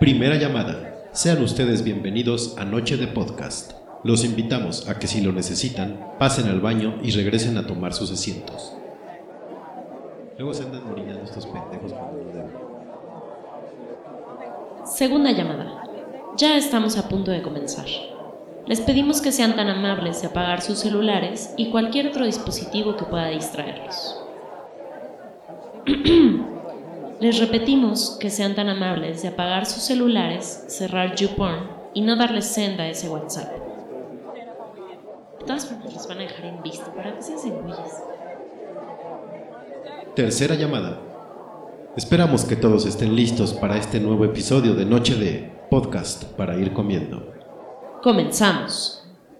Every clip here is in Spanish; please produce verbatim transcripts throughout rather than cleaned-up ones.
Primera llamada. Sean ustedes bienvenidos a Noche de Podcast. Los invitamos a que si lo necesitan, pasen al baño y regresen a tomar sus asientos. Luego se andan orinando estos pendejos. Segunda llamada. Ya estamos a punto de comenzar. Les pedimos que sean tan amables de apagar sus celulares y cualquier otro dispositivo que pueda distraerlos. Les repetimos que sean tan amables de apagar sus celulares, cerrar YouPorn y no darles senda a ese WhatsApp. De todas formas, los van a dejar en visto para que se hacen güeyes. Tercera llamada. Esperamos que todos estén listos para este nuevo episodio de Noche de Podcast para ir comiendo. Comenzamos.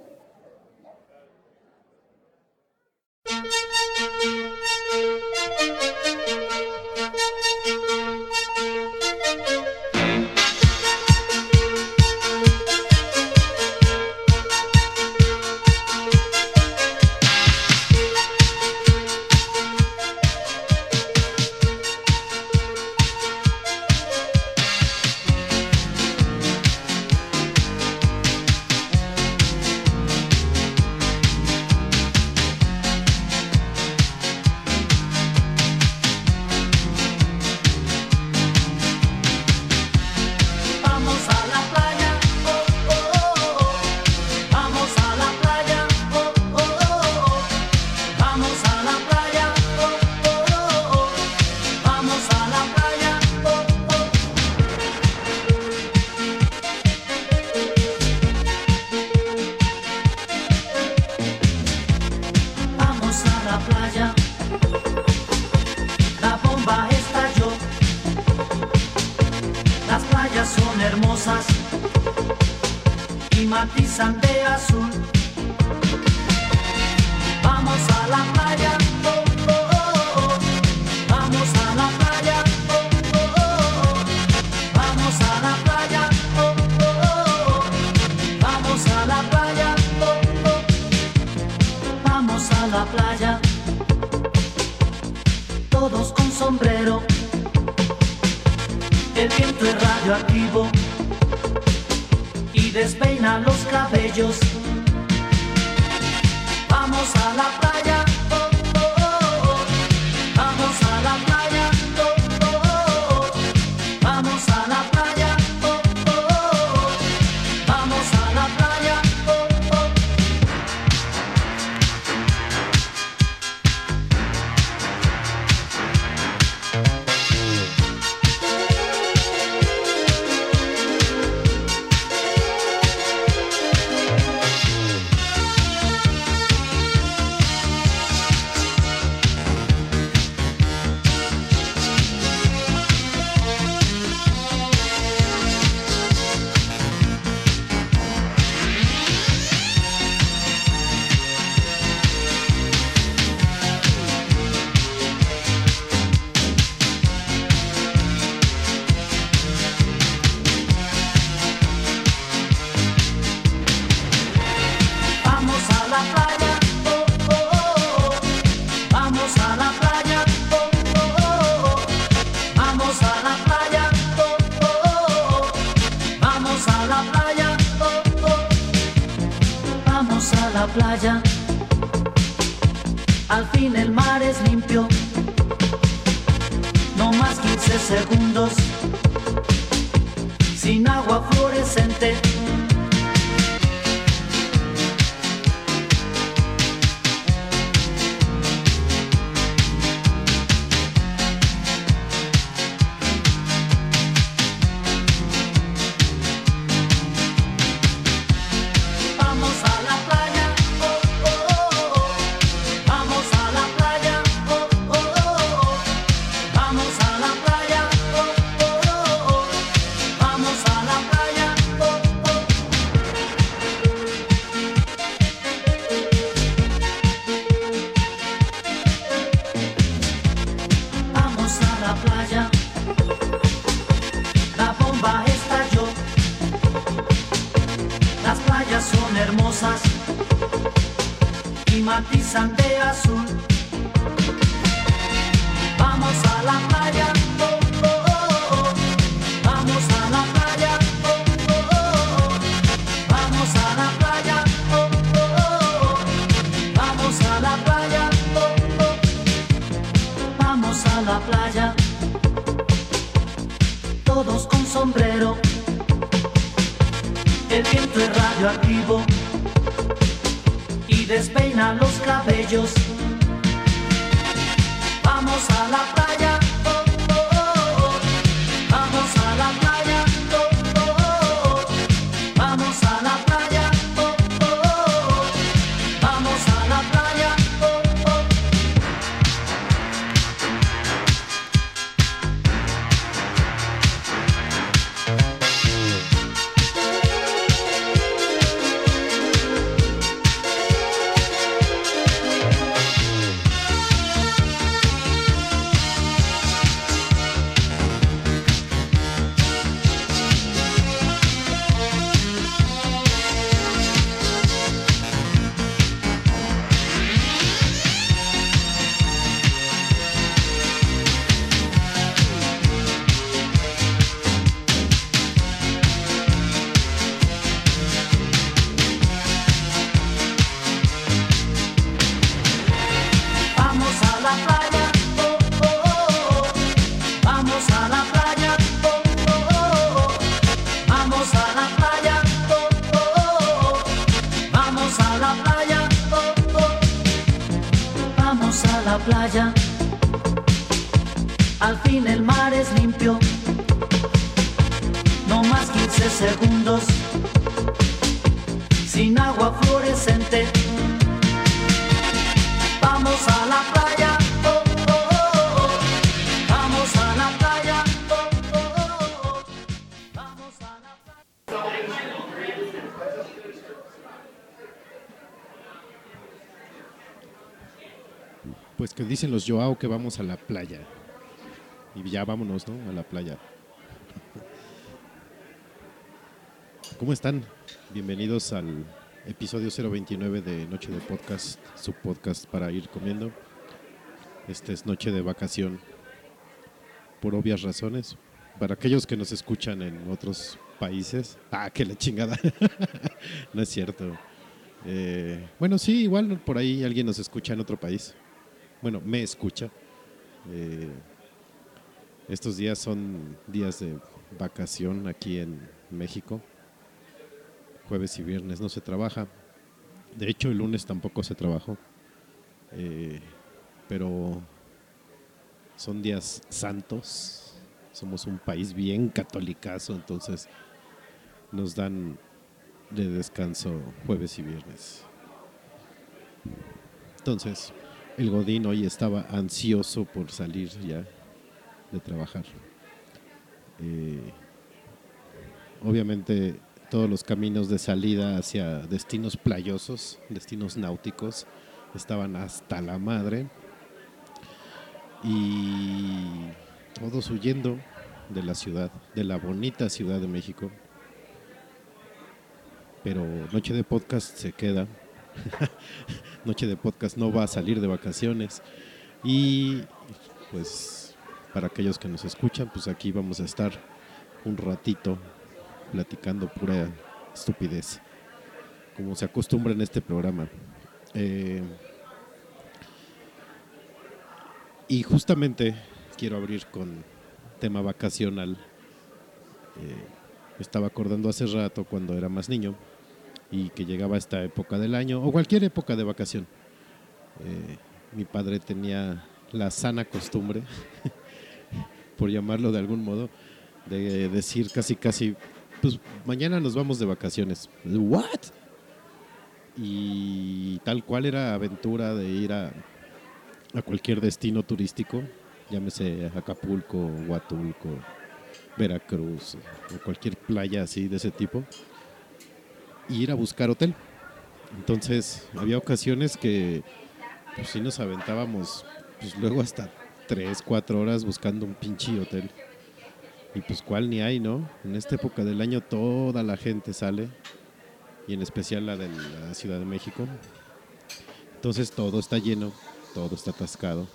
Y matizan de azul. Vamos a la playa, oh, oh, oh, oh. Vamos a la playa, oh, oh, oh, oh. Vamos a la playa, oh, oh, oh, oh. Vamos a la playa, oh, oh. Vamos a la playa. Todos con sombrero. El viento es radioactivo y despeina los cabellos. Vamos a la playa, oh, oh, oh, oh. Vamos a la playa, oh, oh, oh, oh. Vamos a la playa, oh, oh, oh. Vamos a la playa, oh, oh. La playa, al fin el mar es limpio, no más quince segundos, sin agua fluorescente. Y matizan de azul. Vamos a la playa, oh, oh, oh, oh. Vamos a la playa. la playa, todos con sombrero, el viento es radioactivo y despeina los cabellos. Vamos a la playa, oh, oh, oh, oh. Vamos a la playa, oh, oh, oh, oh. Vamos a la playa, oh, oh, oh, oh. Vamos a la playa, oh, oh. Vamos a la playa, oh, oh, oh, oh. Vamos a la playa, oh, oh, oh, oh. Vamos a la playa, oh, oh, oh, oh. Vamos a la playa, oh, oh. Vamos a la playa. Al fin el mar es limpio. No más quince segundos. Sin agua fluorescente. Vamos a la playa, oh, oh, oh, oh. Vamos a la playa, oh, oh, oh, oh. Vamos a la playa. Pues que dicen los Joao que vamos a la playa. Y ya vámonos, ¿no? A la playa. ¿Cómo están? Bienvenidos al episodio cero veintinueve de Noche de Podcast, su podcast para ir comiendo. Esta es noche de vacación, por obvias razones. Para aquellos que nos escuchan en otros países. Ah, que la chingada. No es cierto. Eh, bueno, sí, igual por ahí alguien nos escucha en otro país. Bueno, me escucha. Eh, estos días son días de vacación aquí en México. Jueves y viernes no se trabaja. De hecho, el lunes tampoco se trabajó. Eh, pero son días santos. Somos un país bien catolicazo, entonces nos dan de descanso jueves y viernes. Entonces, el Godín hoy estaba ansioso por salir ya de trabajar. Eh, obviamente todos los caminos de salida hacia destinos playosos, destinos náuticos, estaban hasta la madre y todos huyendo de la ciudad, de la bonita Ciudad de México. Pero Noche de Podcast se queda. Noche de Podcast no va a salir de vacaciones y pues para aquellos que nos escuchan, pues aquí vamos a estar un ratito platicando pura estupidez, como se acostumbra en este programa. Eh, y justamente quiero abrir con tema vacacional. Eh, me estaba acordando hace rato cuando era más niño y que llegaba esta época del año o cualquier época de vacación. Eh, mi padre tenía la sana costumbre, por llamarlo de algún modo, de decir casi casi, pues mañana nos vamos de vacaciones. ¿What? Y tal cual era aventura de ir a, a cualquier destino turístico, llámese Acapulco, Huatulco, Veracruz o cualquier playa así de ese tipo, y ir a buscar hotel. Entonces había ocasiones que pues sí nos aventábamos pues luego hasta tres, cuatro horas buscando un pinche hotel. Y pues cuál ni hay, ¿no? En esta época del año toda la gente sale, y en especial la de la Ciudad de México. Entonces todo está lleno, todo está atascado.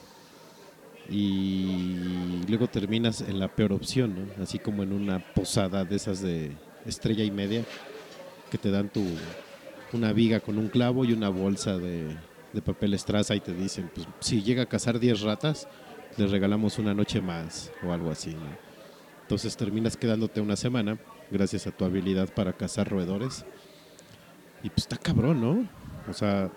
Y luego terminas en la peor opción, ¿no? Así como en una posada de esas de estrella y media, que te dan tu una viga con un clavo y una bolsa de, de papel estraza y te dicen, pues si llega a cazar diez ratas, les regalamos una noche más o algo así, ¿no? Entonces terminas quedándote una semana gracias a tu habilidad para cazar roedores. Y pues está cabrón, ¿no? O sea,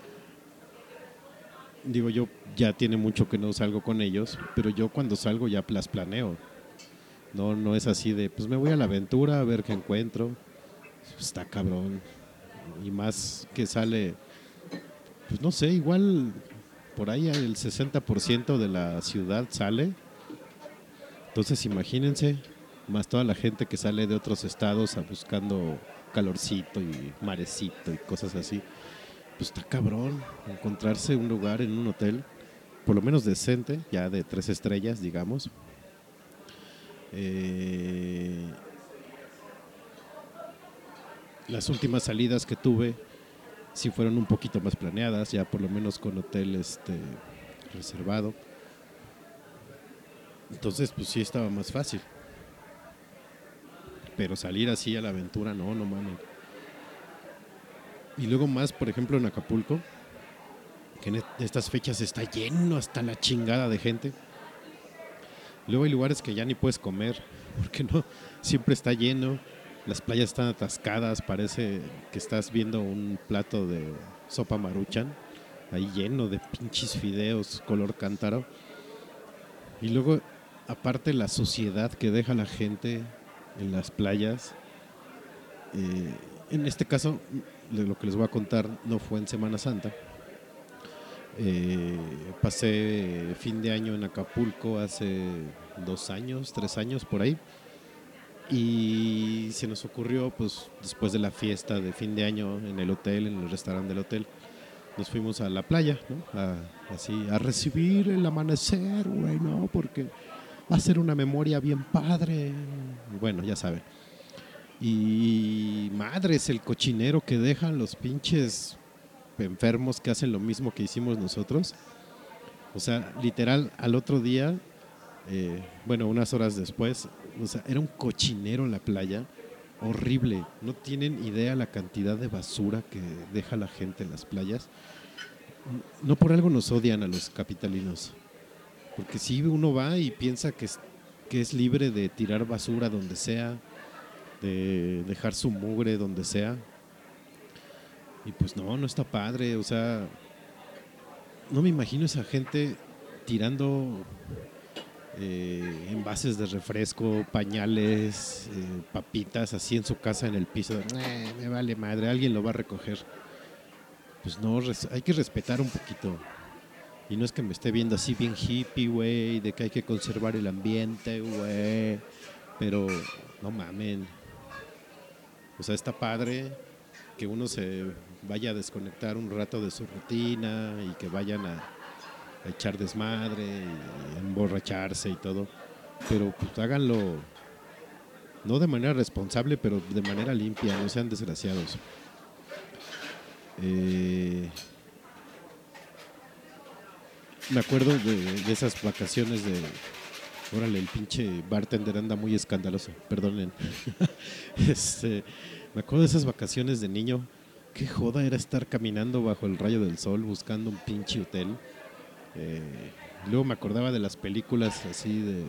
digo, yo ya tiene mucho que no salgo con ellos, pero yo cuando salgo ya las planeo. No, no es así de, pues me voy a la aventura a ver qué encuentro. Está cabrón. Y más que sale, pues no sé, igual por ahí el sesenta por ciento de la ciudad sale. Entonces imagínense, más toda la gente que sale de otros estados a buscando calorcito y marecito y cosas así. Pues está cabrón encontrarse un lugar en un hotel, por lo menos decente, ya de tres estrellas, digamos. Eh, las últimas salidas que tuve sí fueron un poquito más planeadas, ya por lo menos con hotel este, reservado. Entonces, pues sí estaba más fácil. Pero salir así a la aventura, no, no mames. Y luego más, por ejemplo, en Acapulco, que en estas fechas está lleno hasta la chingada de gente. Luego hay lugares que ya ni puedes comer, porque no, siempre está lleno. Las playas están atascadas, parece que estás viendo un plato de sopa Maruchan, ahí lleno de pinches fideos color cántaro. Y luego, aparte la suciedad que deja la gente en las playas, eh, en este caso, lo que les voy a contar no fue en Semana Santa. Eh, pasé fin de año en Acapulco hace dos años, tres años por ahí. Y se nos ocurrió, pues, después de la fiesta de fin de año en el hotel, en el restaurante del hotel, nos fuimos a la playa, ¿no? A, así, a recibir el amanecer, güey, ¿no? Porque va a ser una memoria bien padre. Y bueno, ya saben. Y madres, el cochinero que dejan los pinches enfermos que hacen lo mismo que hicimos nosotros. O sea, literal, al otro día, eh, bueno, unas horas después, o sea, era un cochinero en la playa, horrible. No tienen idea la cantidad de basura que deja la gente en las playas. No por algo nos odian a los capitalinos, porque si uno va y piensa que es, que es libre de tirar basura donde sea, de dejar su mugre donde sea, y pues no, no está padre. O sea, no me imagino esa gente tirando eh, envases de refresco, pañales, eh, papitas así en su casa en el piso. Eh, me vale madre, alguien lo va a recoger. Pues no, res- hay que respetar un poquito. Y no es que me esté viendo así bien hippie, güey, de que hay que conservar el ambiente, güey. Pero no mamen. O sea, está padre que uno se vaya a desconectar un rato de su rutina y que vayan a, a echar desmadre y a emborracharse y todo. Pero pues háganlo, no de manera responsable, pero de manera limpia, no sean desgraciados. Eh, me acuerdo de, de esas vacaciones de... Órale, el pinche bartender anda muy escandaloso, perdonen. este, me acuerdo de esas vacaciones de niño. Qué joda era estar caminando bajo el rayo del sol buscando un pinche hotel. Eh, luego me acordaba de las películas así de,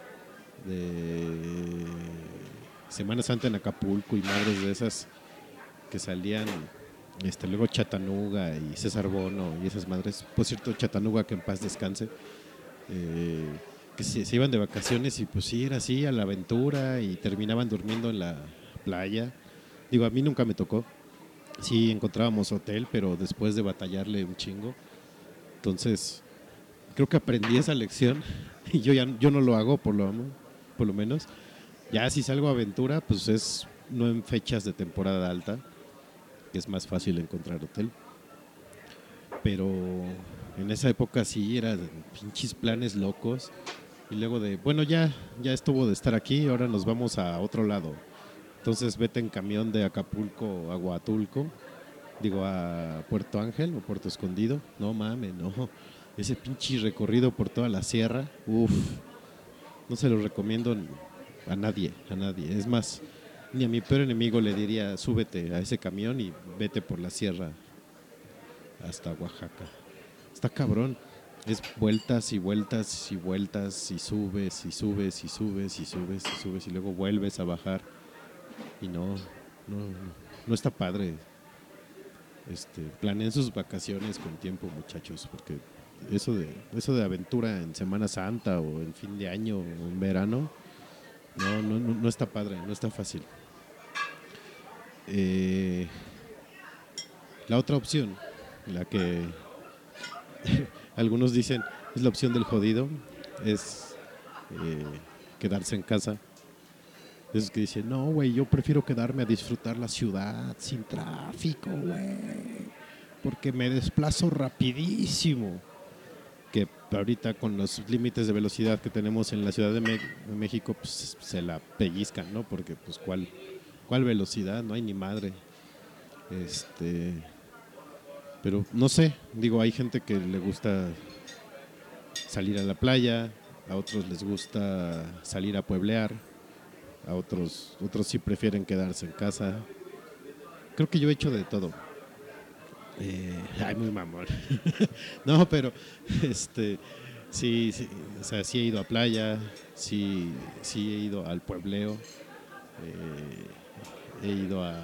de Semana Santa en Acapulco y madres de esas que salían. Este, luego Chatanuga y César Bono y esas madres. Por cierto, Chatanuga, que en paz descanse. Eh, que se, se iban de vacaciones y pues sí, era así, a la aventura, y terminaban durmiendo en la playa. Digo, a mí nunca me tocó. Sí encontrábamos hotel, pero después de batallarle un chingo. Entonces, creo que aprendí esa lección y yo ya yo no lo hago, por lo, por lo menos. Ya si salgo a aventura, pues es no en fechas de temporada alta, que es más fácil encontrar hotel. Pero en esa época sí eran pinches planes locos. Y luego de, bueno, ya, ya estuvo de estar aquí, ahora nos vamos a otro lado. Entonces vete en camión de Acapulco a Huatulco, digo a Puerto Ángel o Puerto Escondido. No mames, no. Ese pinche recorrido por toda la sierra, uff, no se lo recomiendo a nadie, a nadie. Es más, ni a mi peor enemigo le diría, súbete a ese camión y vete por la sierra hasta Oaxaca. Está cabrón. es vueltas y vueltas y vueltas y subes y subes y subes y subes y subes y luego vuelves a bajar y no, no, no está padre. Este, planeen sus vacaciones con tiempo, muchachos, porque eso de eso de aventura en Semana Santa o en fin de año o en verano, no, no, no, no está padre, no está fácil. Eh, la otra opción, la que algunos dicen es la opción del jodido, es eh, quedarse en casa. Esos que dicen, no, güey, yo prefiero quedarme a disfrutar la ciudad sin tráfico, güey, porque me desplazo rapidísimo. Que ahorita con los límites de velocidad que tenemos en la Ciudad de, Me- de México, pues se la pellizcan, ¿no? Porque, pues, ¿cuál, cuál velocidad? No hay ni madre. Este, pero no sé, digo, hay gente que le gusta salir a la playa, a otros les gusta salir a pueblear, a otros, otros sí prefieren quedarse en casa. Creo que yo he hecho de todo. Eh, ay, muy mamón. No, pero este sí, sí, o sea, sí he ido a playa, sí, sí he ido al puebleo, eh, he ido a,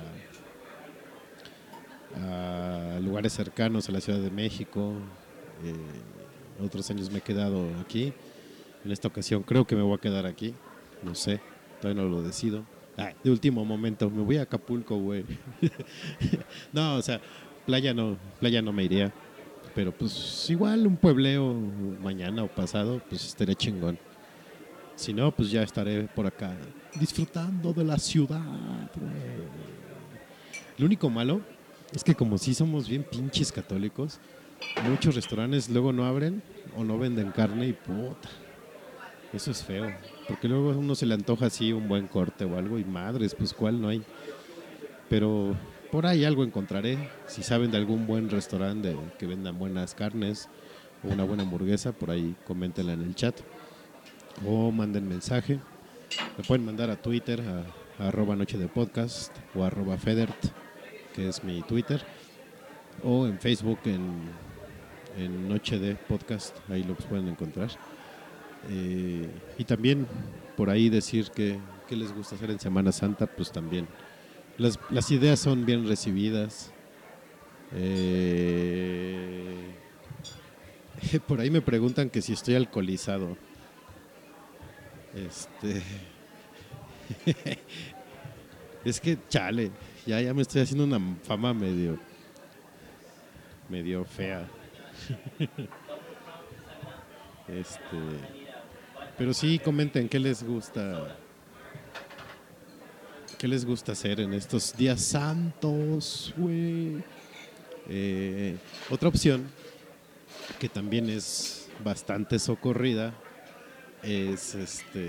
a lugares cercanos a la Ciudad de México. Eh, otros años me he quedado aquí. En esta ocasión creo que me voy a quedar aquí. No sé, todavía no lo decido. Ay, de último momento, me voy a Acapulco, güey. No, o sea, playa no, playa no me iría. Pero pues igual un puebleo mañana o pasado, pues estaría chingón. Si no, pues ya estaré por acá disfrutando de la ciudad, güey. Lo único malo es que como sí somos bien pinches católicos, muchos restaurantes luego no abren o no venden carne y puta. Eso es feo, porque luego a uno se le antoja así un buen corte o algo y madres, pues cuál no hay. Pero por ahí algo encontraré. Si saben de algún buen restaurante de- que vendan buenas carnes o una buena hamburguesa, por ahí coméntenla en el chat o manden mensaje. Me pueden mandar a Twitter, a, a arroba noche de podcast o arroba federt, que es mi Twitter, o en Facebook en, en Noche de Podcast, ahí lo pueden encontrar. Eh, y también por ahí decir que, que les gusta hacer en Semana Santa, pues también. Las, las ideas son bien recibidas. Eh, por ahí me preguntan que si estoy alcoholizado. Este, es que chale, ya, ya me estoy haciendo una fama medio, medio fea. Este, pero sí comenten qué les gusta, qué les gusta hacer en estos días santos, güey. Eh, otra opción que también es bastante socorrida es este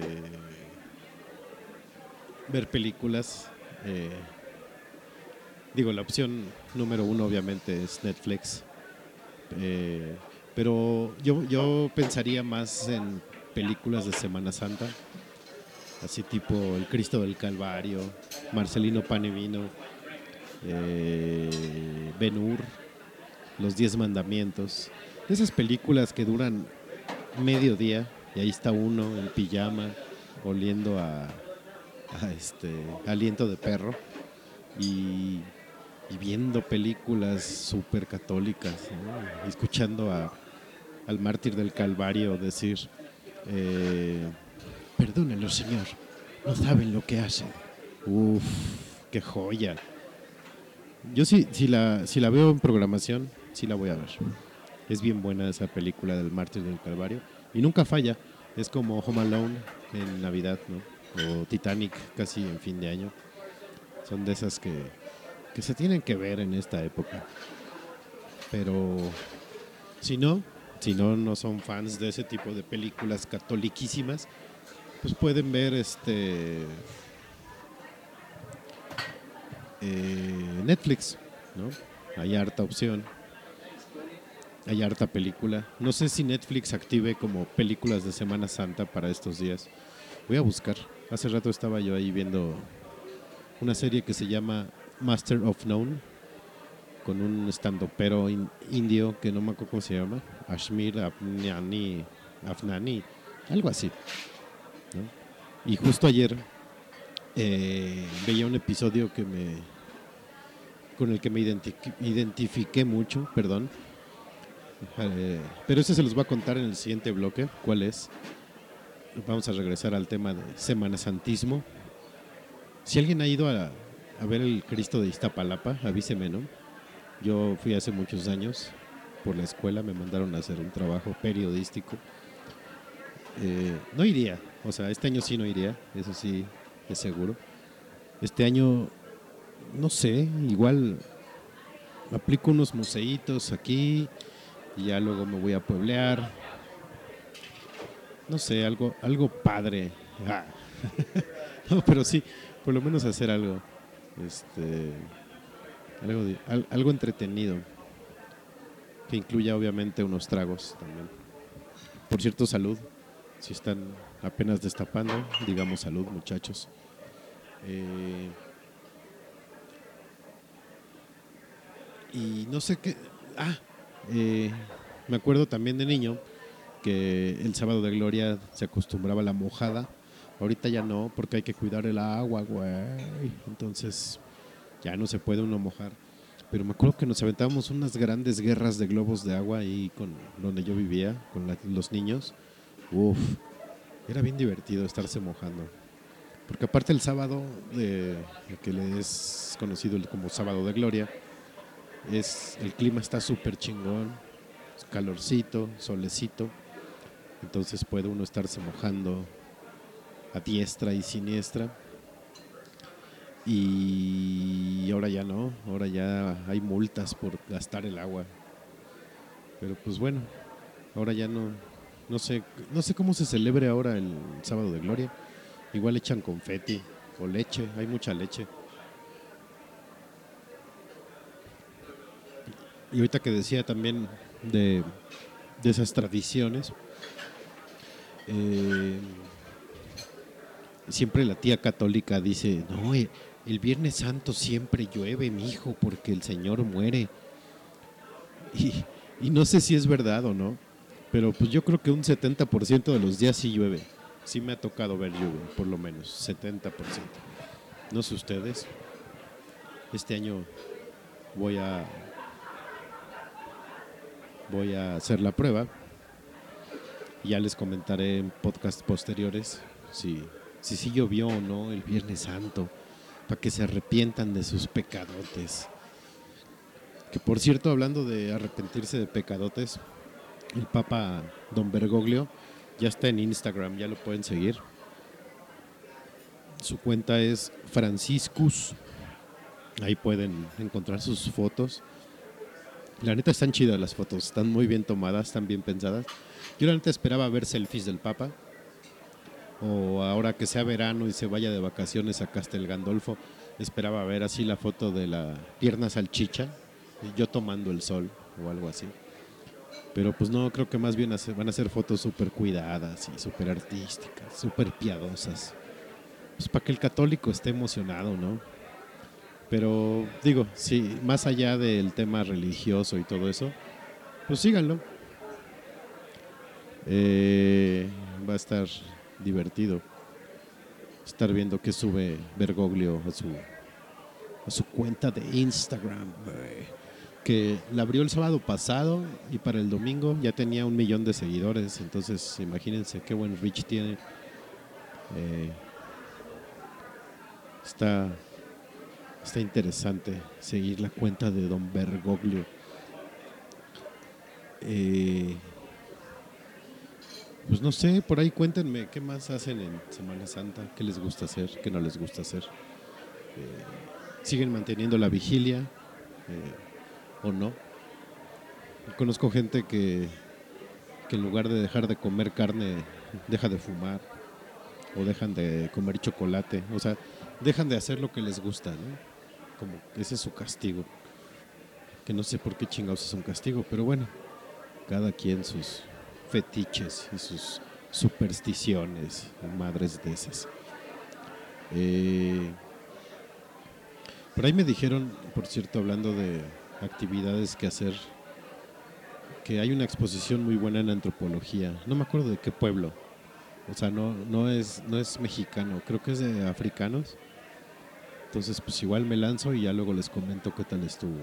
ver películas. Eh, digo, la opción número uno obviamente es Netflix, eh, pero yo, yo pensaría más en películas de Semana Santa, así tipo El Cristo del Calvario, Marcelino Pan y Vino, eh, Ben-Hur, Los Diez Mandamientos, esas películas que duran medio día y ahí está uno en pijama oliendo a, a este aliento de perro y, y viendo películas súper católicas, ¿no? Y escuchando a, al mártir del Calvario decir eh, perdónenlo, Señor, no saben lo que hacen. Uf, qué joya. Yo sí, si la, si la veo en programación, sí la voy a ver. Es bien buena esa película del Mártir del Calvario y nunca falla. Es como Home Alone en Navidad, ¿no? O Titanic casi en fin de año. Son de esas que, que se tienen que ver en esta época. Pero si no, si no, no son fans de ese tipo de películas catoliquísimas, pues pueden ver este eh, Netflix, ¿no? Hay harta opción. Hay harta película. No sé si Netflix active como películas de Semana Santa para estos días. Voy a buscar. Hace rato estaba yo ahí viendo una serie que se llama Master of None. con un estandopero in, indio que no me acuerdo cómo se llama, Ashmir Afnani, Afnani, algo así, ¿no? Y justo ayer eh, veía un episodio que me con el que me identifiqué, identifiqué mucho, perdón, eh, pero ese se los voy a contar en el siguiente bloque. ¿Cuál es? Vamos a regresar al tema de Semana Santismo. Si alguien ha ido a, a ver el Cristo de Iztapalapa, avíseme, ¿no? Yo fui hace muchos años por la escuela, me mandaron a hacer un trabajo periodístico. Eh, no iría, o sea, este año sí no iría, eso sí es seguro. Este año, no sé, igual aplico unos museitos aquí y ya luego me voy a pueblear. No sé, algo, algo padre. Ah. No, pero sí, por lo menos hacer algo, este, algo, de- al- algo entretenido, que incluya obviamente unos tragos también. Por cierto, salud. Si están apenas destapando, digamos salud, muchachos. Eh, y no sé qué. Ah, eh, me acuerdo también de niño que el sábado de Gloria se acostumbraba a la mojada. Ahorita ya no, porque hay que cuidar el agua, güey. Entonces ya no se puede uno mojar. Pero me acuerdo que nos aventábamos unas grandes guerras de globos de agua ahí con donde yo vivía, con la- los niños. Uf, era bien divertido estarse mojando. Porque aparte el sábado, de, que le es conocido como sábado de Gloria, es, el clima está súper chingón, es calorcito, solecito. Entonces puede uno estarse mojando a diestra y siniestra. Y ahora ya no, ahora ya hay multas por gastar el agua. Pero pues bueno, ahora ya no, no sé, no sé cómo se celebre ahora el sábado de Gloria. Igual echan confeti o leche, hay mucha leche. Y ahorita que decía también de, de esas tradiciones, eh, siempre la tía católica dice, no, eh, el Viernes Santo siempre llueve, mi hijo, porque el Señor muere. Y, y no sé si es verdad o no, pero pues yo creo que un setenta por ciento de los días sí llueve. Sí me ha tocado ver lluvia, por lo menos, setenta por ciento. No sé ustedes. Este año voy a voy a hacer la prueba. Ya les comentaré en podcast posteriores si si sí llovió o no el Viernes Santo, para que se arrepientan de sus pecadotes. Que por cierto, hablando de arrepentirse de pecadotes, el Papa Don Bergoglio ya está en Instagram, ya lo pueden seguir. Su cuenta es Franciscus. Ahí pueden encontrar sus fotos. La neta están chidas las fotos, están muy bien tomadas, están bien pensadas. Yo la neta esperaba ver selfies del Papa, o ahora que sea verano y se vaya de vacaciones a Castel Gandolfo, esperaba ver así la foto de la pierna salchicha, y yo tomando el sol o algo así. Pero pues no, creo que más bien hace- van a ser fotos súper cuidadas y súper artísticas, súper piadosas. Pues para que el católico esté emocionado, ¿no? Pero digo, sí, más allá del tema religioso y todo eso, pues síganlo. Eh, va a estar divertido estar viendo que sube Bergoglio a su, a su cuenta de Instagram, güey. Que la abrió el sábado pasado y para el domingo ya tenía un millón de seguidores. Entonces, imagínense qué buen reach tiene. Eh, está, está interesante seguir la cuenta de Don Bergoglio. Eh, pues no sé, por ahí cuéntenme qué más hacen en Semana Santa, qué les gusta hacer, qué no les gusta hacer. Eh, ¿Siguen manteniendo la vigilia eh, o no? Conozco gente que, que en lugar de dejar de comer carne, deja de fumar o dejan de comer chocolate. O sea, dejan de hacer lo que les gusta, ¿no? Como que ese es su castigo. Que no sé por qué chingados es un castigo, pero bueno, cada quien sus fetiches y sus supersticiones, madres de esas. Eh, por ahí me dijeron, por cierto, hablando de, actividades que hacer. Que hay una exposición muy buena en antropología. No me acuerdo de qué pueblo. O sea, no, no es, no es mexicano, creo que es de africanos. Entonces, pues igual me lanzo y ya luego les comento qué tal estuvo.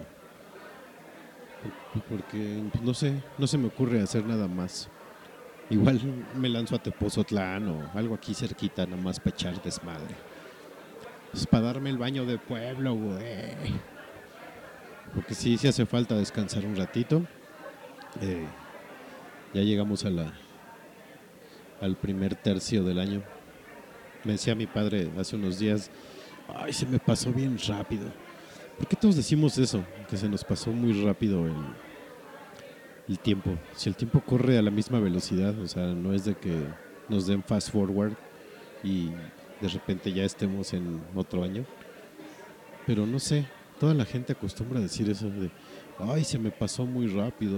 Porque, pues, no sé, no se me ocurre hacer nada más. Igual me lanzo a Tepozotlán o algo aquí cerquita, nada más para echar desmadre. Es para darme el baño de pueblo, güey. Porque sí, sí hace falta descansar un ratito. Eh, ya llegamos a la al primer tercio del año. Me decía mi padre hace unos días, ay, se me pasó bien rápido. ¿Por qué todos decimos eso? Que se nos pasó muy rápido el, el tiempo. Si el tiempo corre a la misma velocidad, o sea, no es de que nos den fast forward y de repente ya estemos en otro año. Pero no sé, toda la gente acostumbra a decir eso de, ay, se me pasó muy rápido.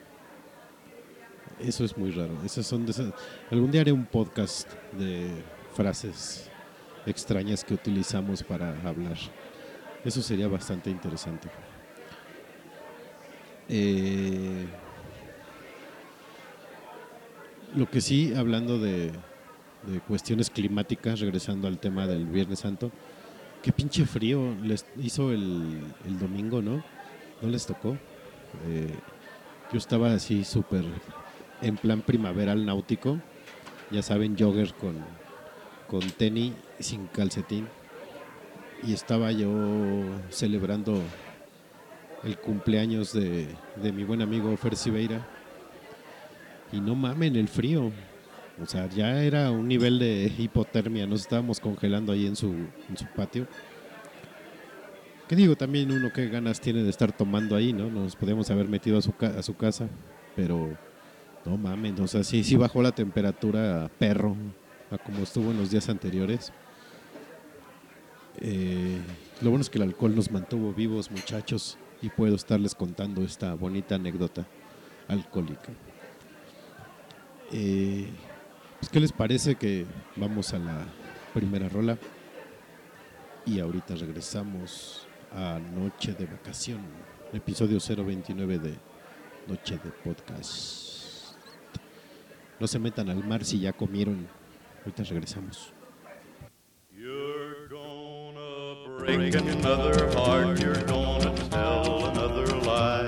Eso es muy raro. Esas son de esas... Algún día haré un podcast de frases extrañas que utilizamos para hablar. Eso sería bastante interesante. Eh... Lo que sí, hablando de, de cuestiones climáticas, regresando al tema del Viernes Santo, qué pinche frío les hizo el, el domingo, ¿no? ¿No les tocó? Eh, yo estaba así súper... en plan primaveral náutico, ya saben, jogger con, con tenis sin calcetín, y estaba yo celebrando el cumpleaños de, de mi buen amigo Fer Siveira, y no mamen el frío, o sea, ya era un nivel de hipotermia, nos estábamos congelando ahí en su, en su patio. Que digo, también uno qué ganas tiene de estar tomando ahí, ¿no? Nos podíamos haber metido a su, a su casa, pero... no mames, o sea, sí, sí bajó la temperatura a perro, a como estuvo en los días anteriores. Eh, lo bueno es que el alcohol nos mantuvo vivos, muchachos, y puedo estarles contando esta bonita anécdota alcohólica. Eh, pues, ¿qué les parece que vamos a la primera rola? Y ahorita regresamos a Noche de Vacación, episodio cero veintinueve de Noche de Podcast. No se metan al mar si ya comieron. Ahorita regresamos. You're gonna break another heart. You're gonna tell another lie.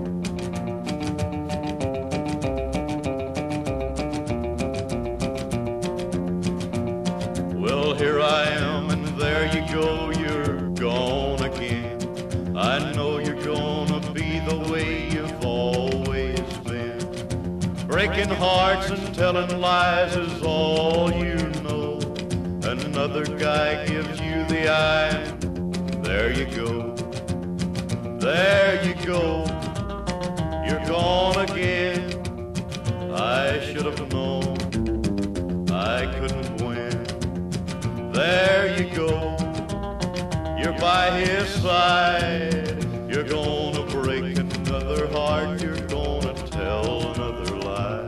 Well, here I am, and there you go. You're gone again. I know you're gonna be the way you've always been. Breaking hearts and telling lies is all you know. Another guy gives you the eye, and there you go. There you go. You're gone again. I should have known I couldn't win. There you go. You're by his side. You're gonna break another heart. You're gonna tell another lie.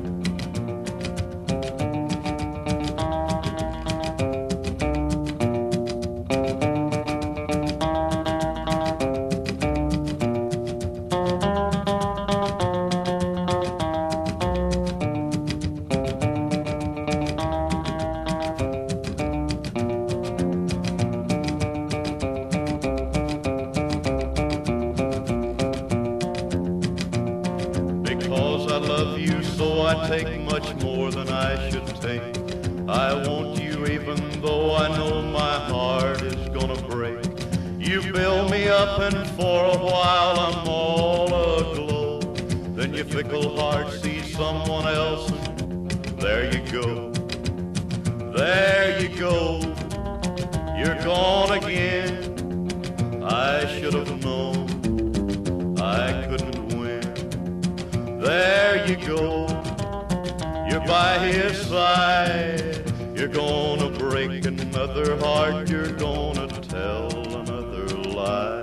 I take much more than I should take. I want you even though I know my heart is gonna break. You build me up and for a while I'm all aglow. Then your fickle heart sees someone else and there you go. There you go. You're gone again. I should have known I couldn't win. There you go. You're by his side. You're gonna break another heart. You're gonna tell another lie.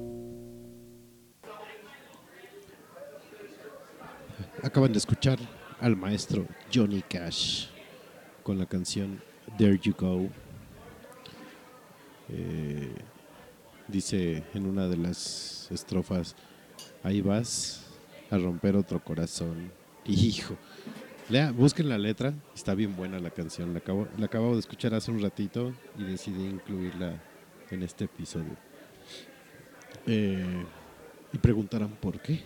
Acaban de escuchar al maestro Johnny Cash con la canción There You Go. Eh, dice en una de las estrofas: ahí vas a romper otro corazón. Hijo, lea, busquen la letra, está bien buena la canción. La acabo, la acabo de escuchar hace un ratito y decidí incluirla en este episodio. Eh, y preguntarán por qué.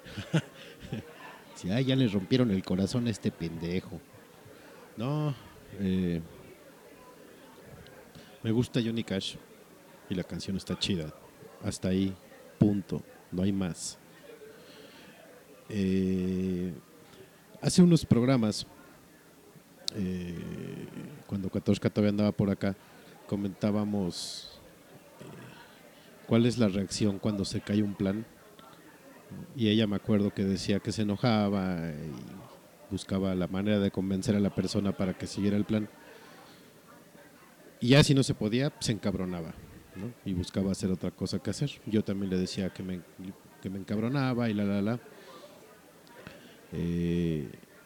Si ah, ya le rompieron el corazón a este pendejo. No, eh, me gusta Johnny Cash y la canción está chida. Hasta ahí, punto. No hay más. Eh, hace unos programas, eh, cuando Katoshka todavía andaba por acá, comentábamos eh, cuál es la reacción cuando se cae un plan. Y ella, me acuerdo que decía que se enojaba y buscaba la manera de convencer a la persona para que siguiera el plan. Y ya si no se podía, se encabronaba, ¿no? Y buscaba hacer otra cosa que hacer. Yo también le decía que me, que me encabronaba y la, la, la. Eh,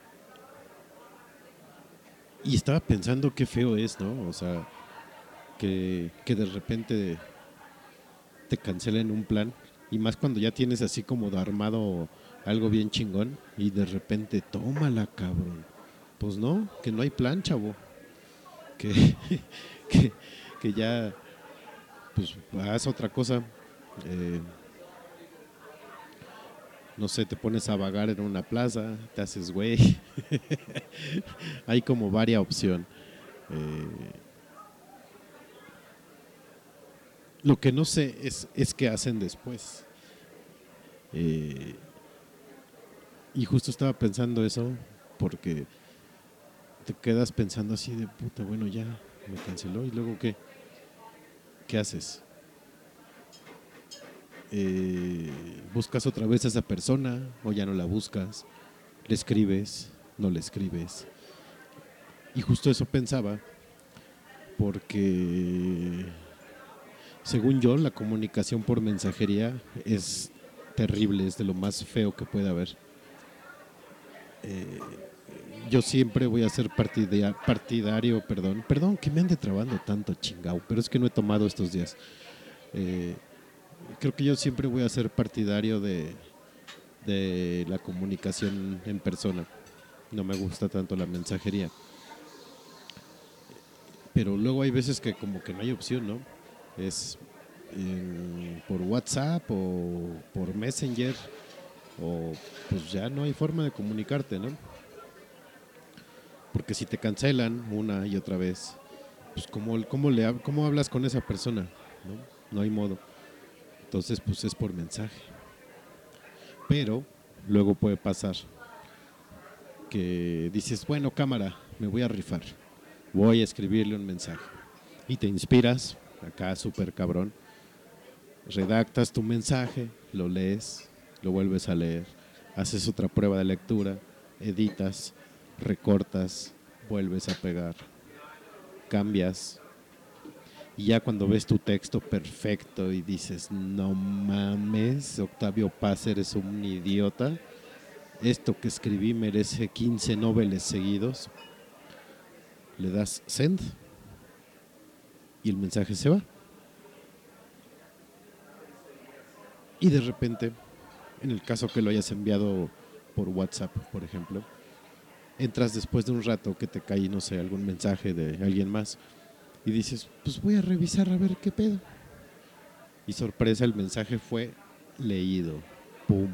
y estaba pensando qué feo es, ¿no? O sea, que, que de repente te cancelen un plan. Y más cuando ya tienes así como de armado algo bien chingón y de repente, tómala, cabrón. Pues no, que no hay plan, chavo. Que, que, que ya, pues haz otra cosa. Eh, no sé, te pones a vagar en una plaza, te haces güey. Hay como varia opción. Eh, Lo que no sé es, es qué hacen después. Eh, y justo estaba pensando eso, porque te quedas pensando así de puta, bueno, ya me canceló, y luego qué, qué haces. Eh, ¿Buscas otra vez a esa persona o ya no la buscas? ¿Le escribes? ¿No le escribes? Y justo eso pensaba, porque según yo, la comunicación por mensajería es terrible, es de lo más feo que puede haber. Eh, yo siempre voy a ser partidario, partidario, perdón, perdón que me ande trabando tanto, chingao, pero es que no he tomado estos días. Eh, creo que yo siempre voy a ser partidario de, de la comunicación en persona. No me gusta tanto la mensajería. Pero luego hay veces que como que no hay opción, ¿no? Es eh, por WhatsApp o por Messenger, o pues ya no hay forma de comunicarte, ¿no? Porque si te cancelan una y otra vez, pues ¿cómo, cómo, le, cómo hablas con esa persona? ¿No? No hay modo. Entonces pues es por mensaje. Pero luego puede pasar que dices, bueno, cámara, me voy a rifar, voy a escribirle un mensaje. Y te inspiras, acá súper cabrón, redactas tu mensaje, lo lees, lo vuelves a leer, haces otra prueba de lectura, editas, recortas, vuelves a pegar, cambias, y ya cuando ves tu texto perfecto y dices, no mames, Octavio Paz, eres un idiota, esto que escribí merece quince noveles seguidos, le das send y el mensaje se va. Y de repente, en el caso que lo hayas enviado por WhatsApp, por ejemplo, entras después de un rato que te cae, no sé, algún mensaje de alguien más y dices, pues voy a revisar a ver qué pedo. Y sorpresa, el mensaje fue leído. ¡Pum!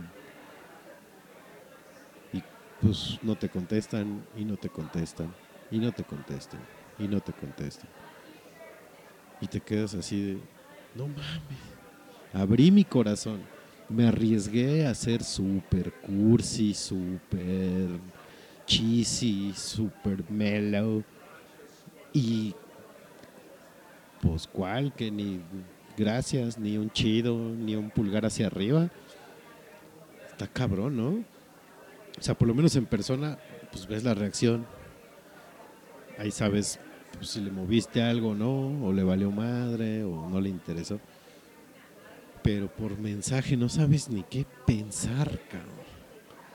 Y pues no te contestan, y no te contestan, y no te contestan, y no te contestan. Y te quedas así de, no mames. Abrí mi corazón, me arriesgué a ser super cursi, super cheesy, super mellow, y pues cuál, que ni gracias, ni un chido, ni un pulgar hacia arriba. Está cabrón, ¿no? O sea, por lo menos en persona, pues ves la reacción, ahí sabes pues, si le moviste algo o no, o le valió madre, o no le interesó. Pero por mensaje no sabes ni qué pensar, cabrón.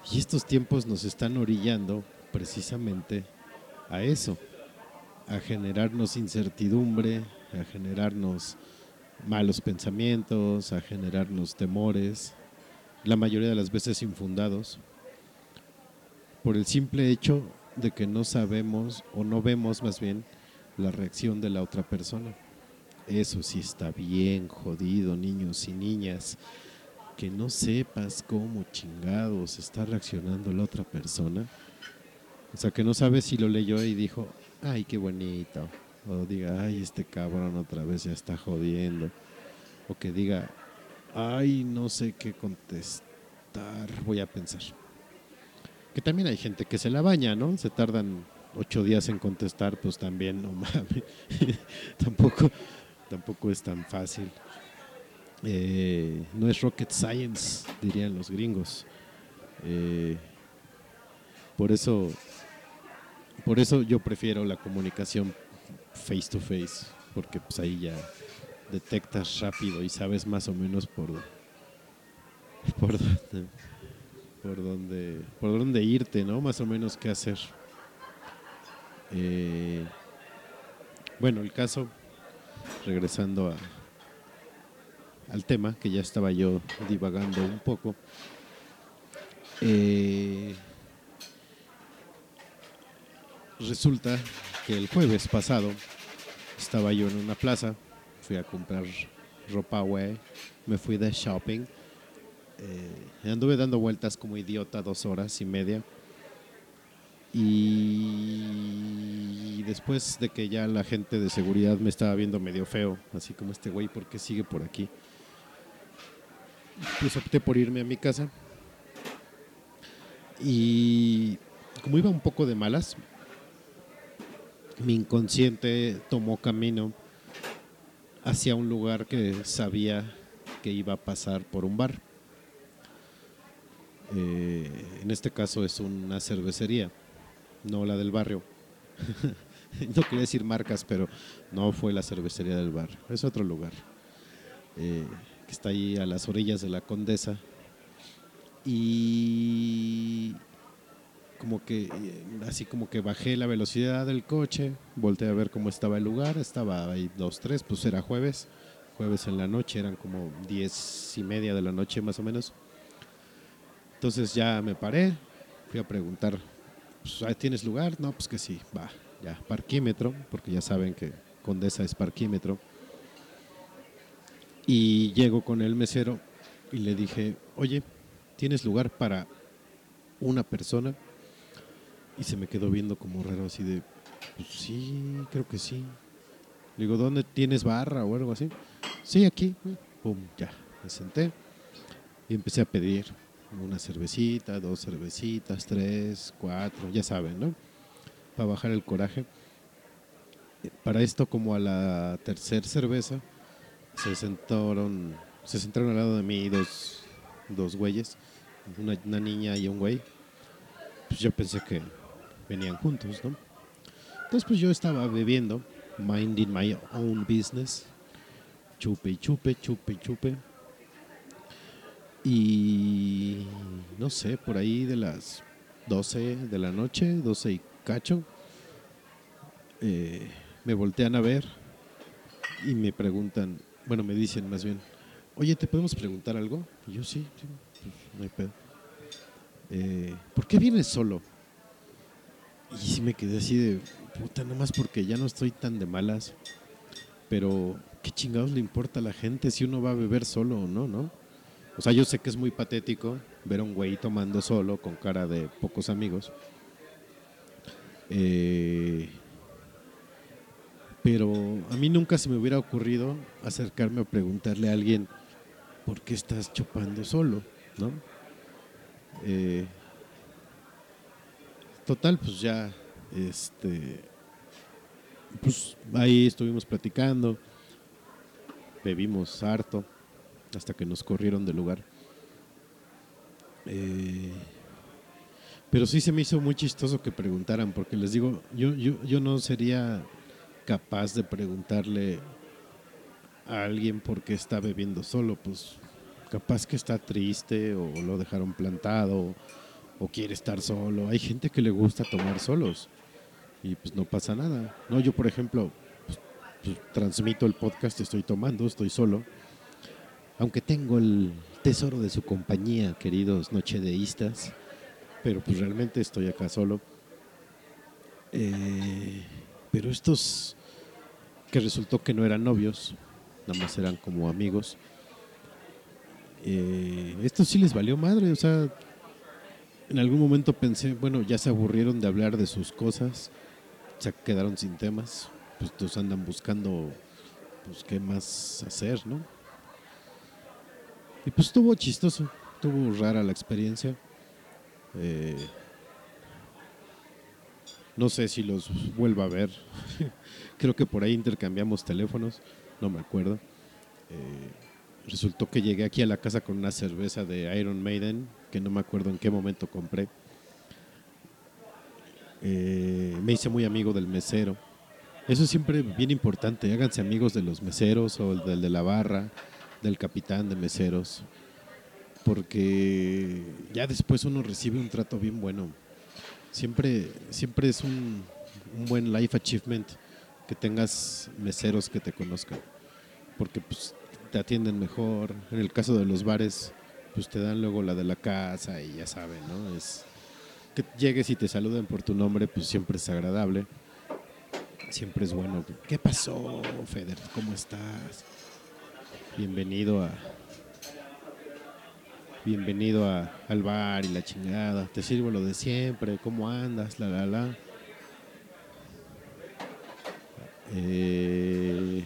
Y estos tiempos nos están orillando precisamente a eso, a generarnos incertidumbre, a generarnos malos pensamientos, a generarnos temores, la mayoría de las veces infundados, por el simple hecho de que no sabemos o no vemos más bien la reacción de la otra persona. Eso sí está bien jodido, niños y niñas, que no sepas cómo chingados está reaccionando la otra persona. O sea, que no sabes si lo leyó y dijo, ay, qué bonito. O diga, ay, este cabrón otra vez ya está jodiendo. O que diga, ay, no sé qué contestar, voy a pensar. Que también hay gente que se la baña, ¿no? Se tardan ocho días en contestar, pues también, no mames. tampoco, tampoco es tan fácil. Eh, no es rocket science, dirían los gringos. Eh, por eso, por eso yo prefiero la comunicación face to face, porque pues ahí ya detectas rápido y sabes más o menos por por dónde, por dónde, por dónde irte, ¿no? Más o menos qué hacer. Eh, bueno, el caso, regresando a al tema, que ya estaba yo divagando un poco. Eh, resulta que el jueves pasado estaba yo en una plaza, fui a comprar ropa, güey, me fui de shopping, eh, anduve dando vueltas como idiota dos horas y media, y después de que ya la gente de seguridad me estaba viendo medio feo, así como este güey, ¿por qué sigue por aquí? Pues opté por irme a mi casa y como iba un poco de malas, mi inconsciente tomó camino hacia un lugar que sabía que iba a pasar por un bar. Eh, en este caso es una cervecería, no la del barrio. No quería decir marcas, pero no fue la cervecería del barrio, es otro lugar. Eh, que está ahí a las orillas de la Condesa, y como que así como que bajé la velocidad del coche, volteé a ver cómo estaba el lugar, estaba ahí dos, tres, pues era jueves, jueves en la noche, eran como diez y media de la noche más o menos. Entonces ya me paré, fui a preguntar, pues, ¿tienes lugar? No, pues que sí, va, ya, parquímetro, porque ya saben que Condesa es parquímetro. Y llego con el mesero y le dije, oye, ¿tienes lugar para una persona? Y se me quedó viendo como raro, así de, pues sí, creo que sí. Le digo, ¿dónde tienes barra o algo así? Sí, aquí. Pum, ya, me senté y empecé a pedir una cervecita, dos cervecitas, tres, cuatro, ya saben, ¿no? Para bajar el coraje. Para esto, como a la tercera cerveza, se sentaron, se sentaron al lado de mí dos, dos güeyes, una, una niña y un güey. Pues yo pensé que venían juntos, ¿no? Entonces pues yo estaba bebiendo, minding my own business, chupe y chupe, chupe y chupe. Y no sé, por ahí de las doce de la noche, doce y cacho, eh, me voltean a ver y me preguntan, bueno, me dicen más bien, oye, ¿te podemos preguntar algo? Y yo, sí, sí, pues no hay pedo. Eh, ¿por qué vienes solo? Y sí me quedé así de, puta, nada más porque ya no estoy tan de malas. Pero, ¿qué chingados le importa a la gente si uno va a beber solo o no, no? O sea, yo sé que es muy patético ver a un güey tomando solo con cara de pocos amigos. Eh... Pero a mí nunca se me hubiera ocurrido acercarme a preguntarle a alguien ¿por qué estás chupando solo? ¿No? Eh, total, pues ya, este, pues ahí estuvimos platicando, bebimos harto hasta que nos corrieron del lugar. Eh, pero sí se me hizo muy chistoso que preguntaran, porque les digo, yo, yo, yo no sería capaz de preguntarle a alguien por qué está bebiendo solo, pues capaz que está triste o lo dejaron plantado o quiere estar solo. Hay gente que le gusta tomar solos y pues no pasa nada. No, yo por ejemplo pues, pues, transmito el podcast, estoy tomando, estoy solo. Aunque tengo el tesoro de su compañía, queridos nochedeístas, pero pues realmente estoy acá solo. Eh, pero estos que resultó que no eran novios, nada más eran como amigos. Eh, esto sí les valió madre, o sea, en algún momento pensé, bueno, ya se aburrieron de hablar de sus cosas, se quedaron sin temas, pues todos andan buscando, pues qué más hacer, ¿no? Y pues estuvo chistoso, estuvo rara la experiencia. Eh, no sé si los vuelva a ver, creo que por ahí intercambiamos teléfonos, no me acuerdo. Eh, Resultó que llegué aquí a la casa con una cerveza de Iron Maiden, que no me acuerdo en qué momento compré. Eh, me hice muy amigo del mesero. Eso es siempre bien importante, háganse amigos de los meseros o del de la barra, del capitán de meseros, porque ya después uno recibe un trato bien bueno. Siempre, siempre es un, un buen life achievement que tengas meseros que te conozcan, porque pues te atienden mejor. En el caso de los bares, pues te dan luego la de la casa y ya saben, ¿no? Es que llegues y te saluden por tu nombre, pues siempre es agradable. Siempre es bueno. ¿Qué pasó, Feder? ¿Cómo estás? Bienvenido a Bienvenido a, al bar y la chingada. Te sirvo lo de siempre. ¿Cómo andas? La la la. Eh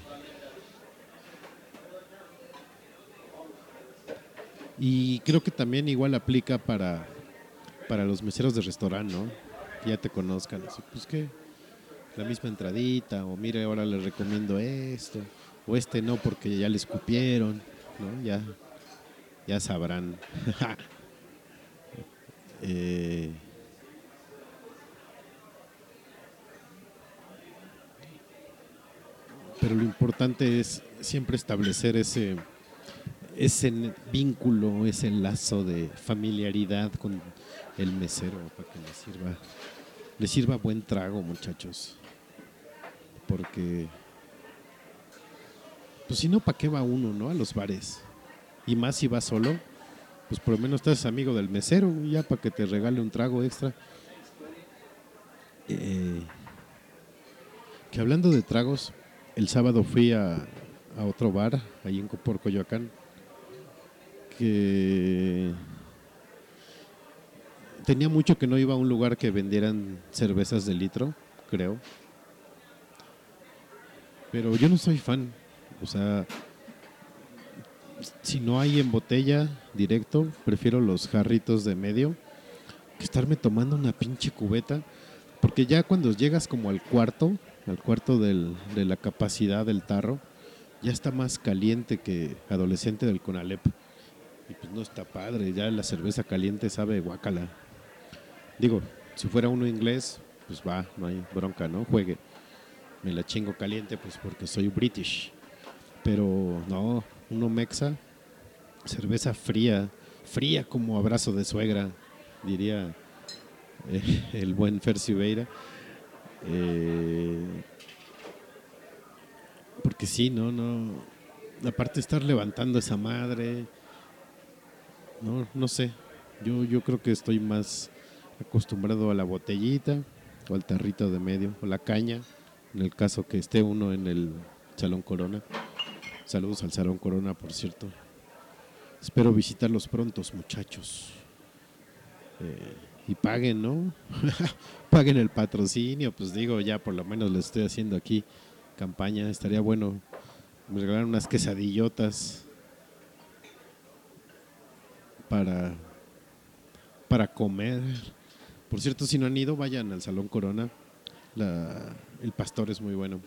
Y creo que también igual aplica para, para los meseros de restaurante, ¿no? Que ya te conozcan. Así, pues que la misma entradita, o mire, ahora les recomiendo esto, o este no porque ya le escupieron, ¿no? Ya, ya sabrán. eh, pero lo importante es siempre establecer ese ese vínculo, ese lazo de familiaridad con el mesero para que le sirva, le sirva buen trago, muchachos. Porque, pues si no, ¿para qué va uno, no? A los bares. Y más si va solo, pues por lo menos estás amigo del mesero, ya para que te regale un trago extra. Eh, que hablando de tragos, el sábado fui a, a otro bar, ahí en por Coyoacán, que tenía mucho que no iba a un lugar que vendieran cervezas de litro, creo. Pero yo no soy fan. O sea, si no hay en botella directo, prefiero los jarritos de medio que estarme tomando una pinche cubeta. Porque ya cuando llegas como al cuarto, al cuarto del, de la capacidad del tarro, ya está más caliente que adolescente del Conalep. Y pues no está padre, ya la cerveza caliente sabe guácala. Digo, si fuera uno inglés, pues va, no hay bronca, ¿no? Juegue. Me la chingo caliente pues porque soy British. Pero no, uno mexa, cerveza fría, fría como abrazo de suegra, diría eh, el buen Fer Cibeira. Eh, porque sí, no, no. Aparte de estar levantando esa madre, no, no sé. Yo, yo creo que estoy más acostumbrado a la botellita o al tarrito de medio o la caña, en el caso que esté uno en el Salón Corona. Saludos al Salón Corona, por cierto. Espero visitarlos prontos, muchachos. Eh, y paguen, ¿no? Paguen el patrocinio, pues digo, ya por lo menos les estoy haciendo aquí campaña. Estaría bueno me regalaron unas quesadillotas para para comer. Por cierto, si no han ido, vayan al Salón Corona. La, el pastor es muy bueno.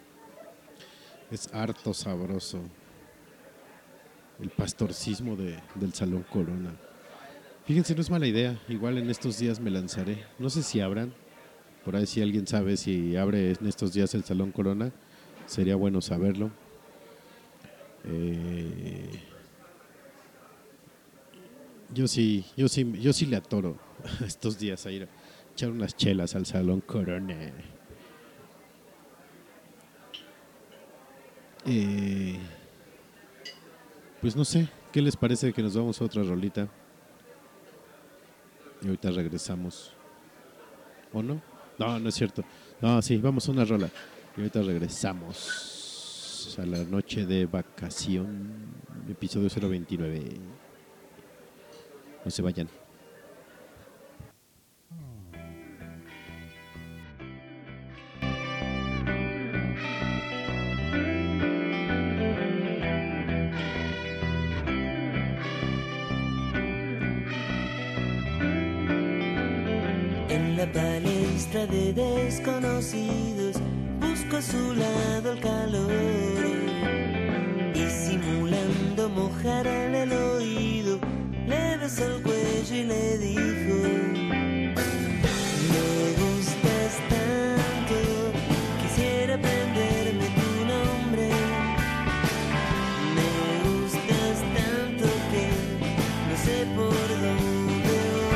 Es harto sabroso. El pastorcismo de, del Salón Corona. Fíjense, no es mala idea. Igual en estos días me lanzaré. No sé si abran. Por ahí si alguien sabe si abre en estos días el Salón Corona, sería bueno saberlo. Eh, Yo sí, yo sí, yo sí le atoro estos días a ir a echar unas chelas al Salón Corona. Eh, pues no sé, ¿qué les parece que nos vamos a otra rolita? Y ahorita regresamos. ¿O no? No, no es cierto. No, sí, vamos a una rola. Y ahorita regresamos a la noche de vacación, episodio cero veintinueve. No se vayan. En la palestra de desconocidos busco a su lado el calor y simulando mojarle el oído le besó el cuello y le dijo: me gustas tanto, quisiera aprenderme tu nombre. Me gustas tanto que no sé por dónde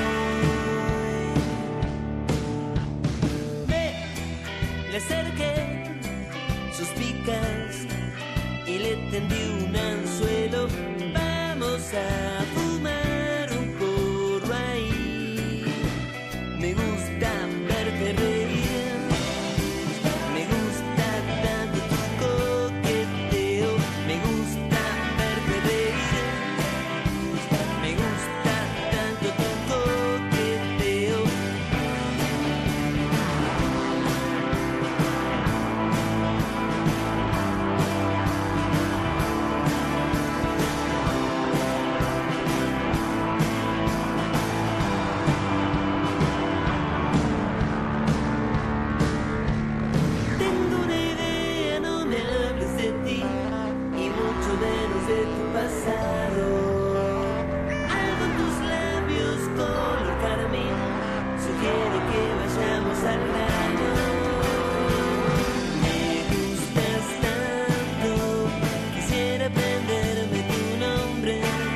voy. Me le acerqué suspicaz y le tendí un anzuelo. Vamos a fumar un porro ahí. Me gusta verte reír, me gusta tanto tu coqueteo. Me gusta verte reír, me gusta tanto tu coqueteo. Tengo una idea, no me hables de ti y mucho menos de tu pasado. Algo en tus labios color carmín sugiere que vayamos al grano. Me gustas tanto, quisiera aprenderme tu nombre.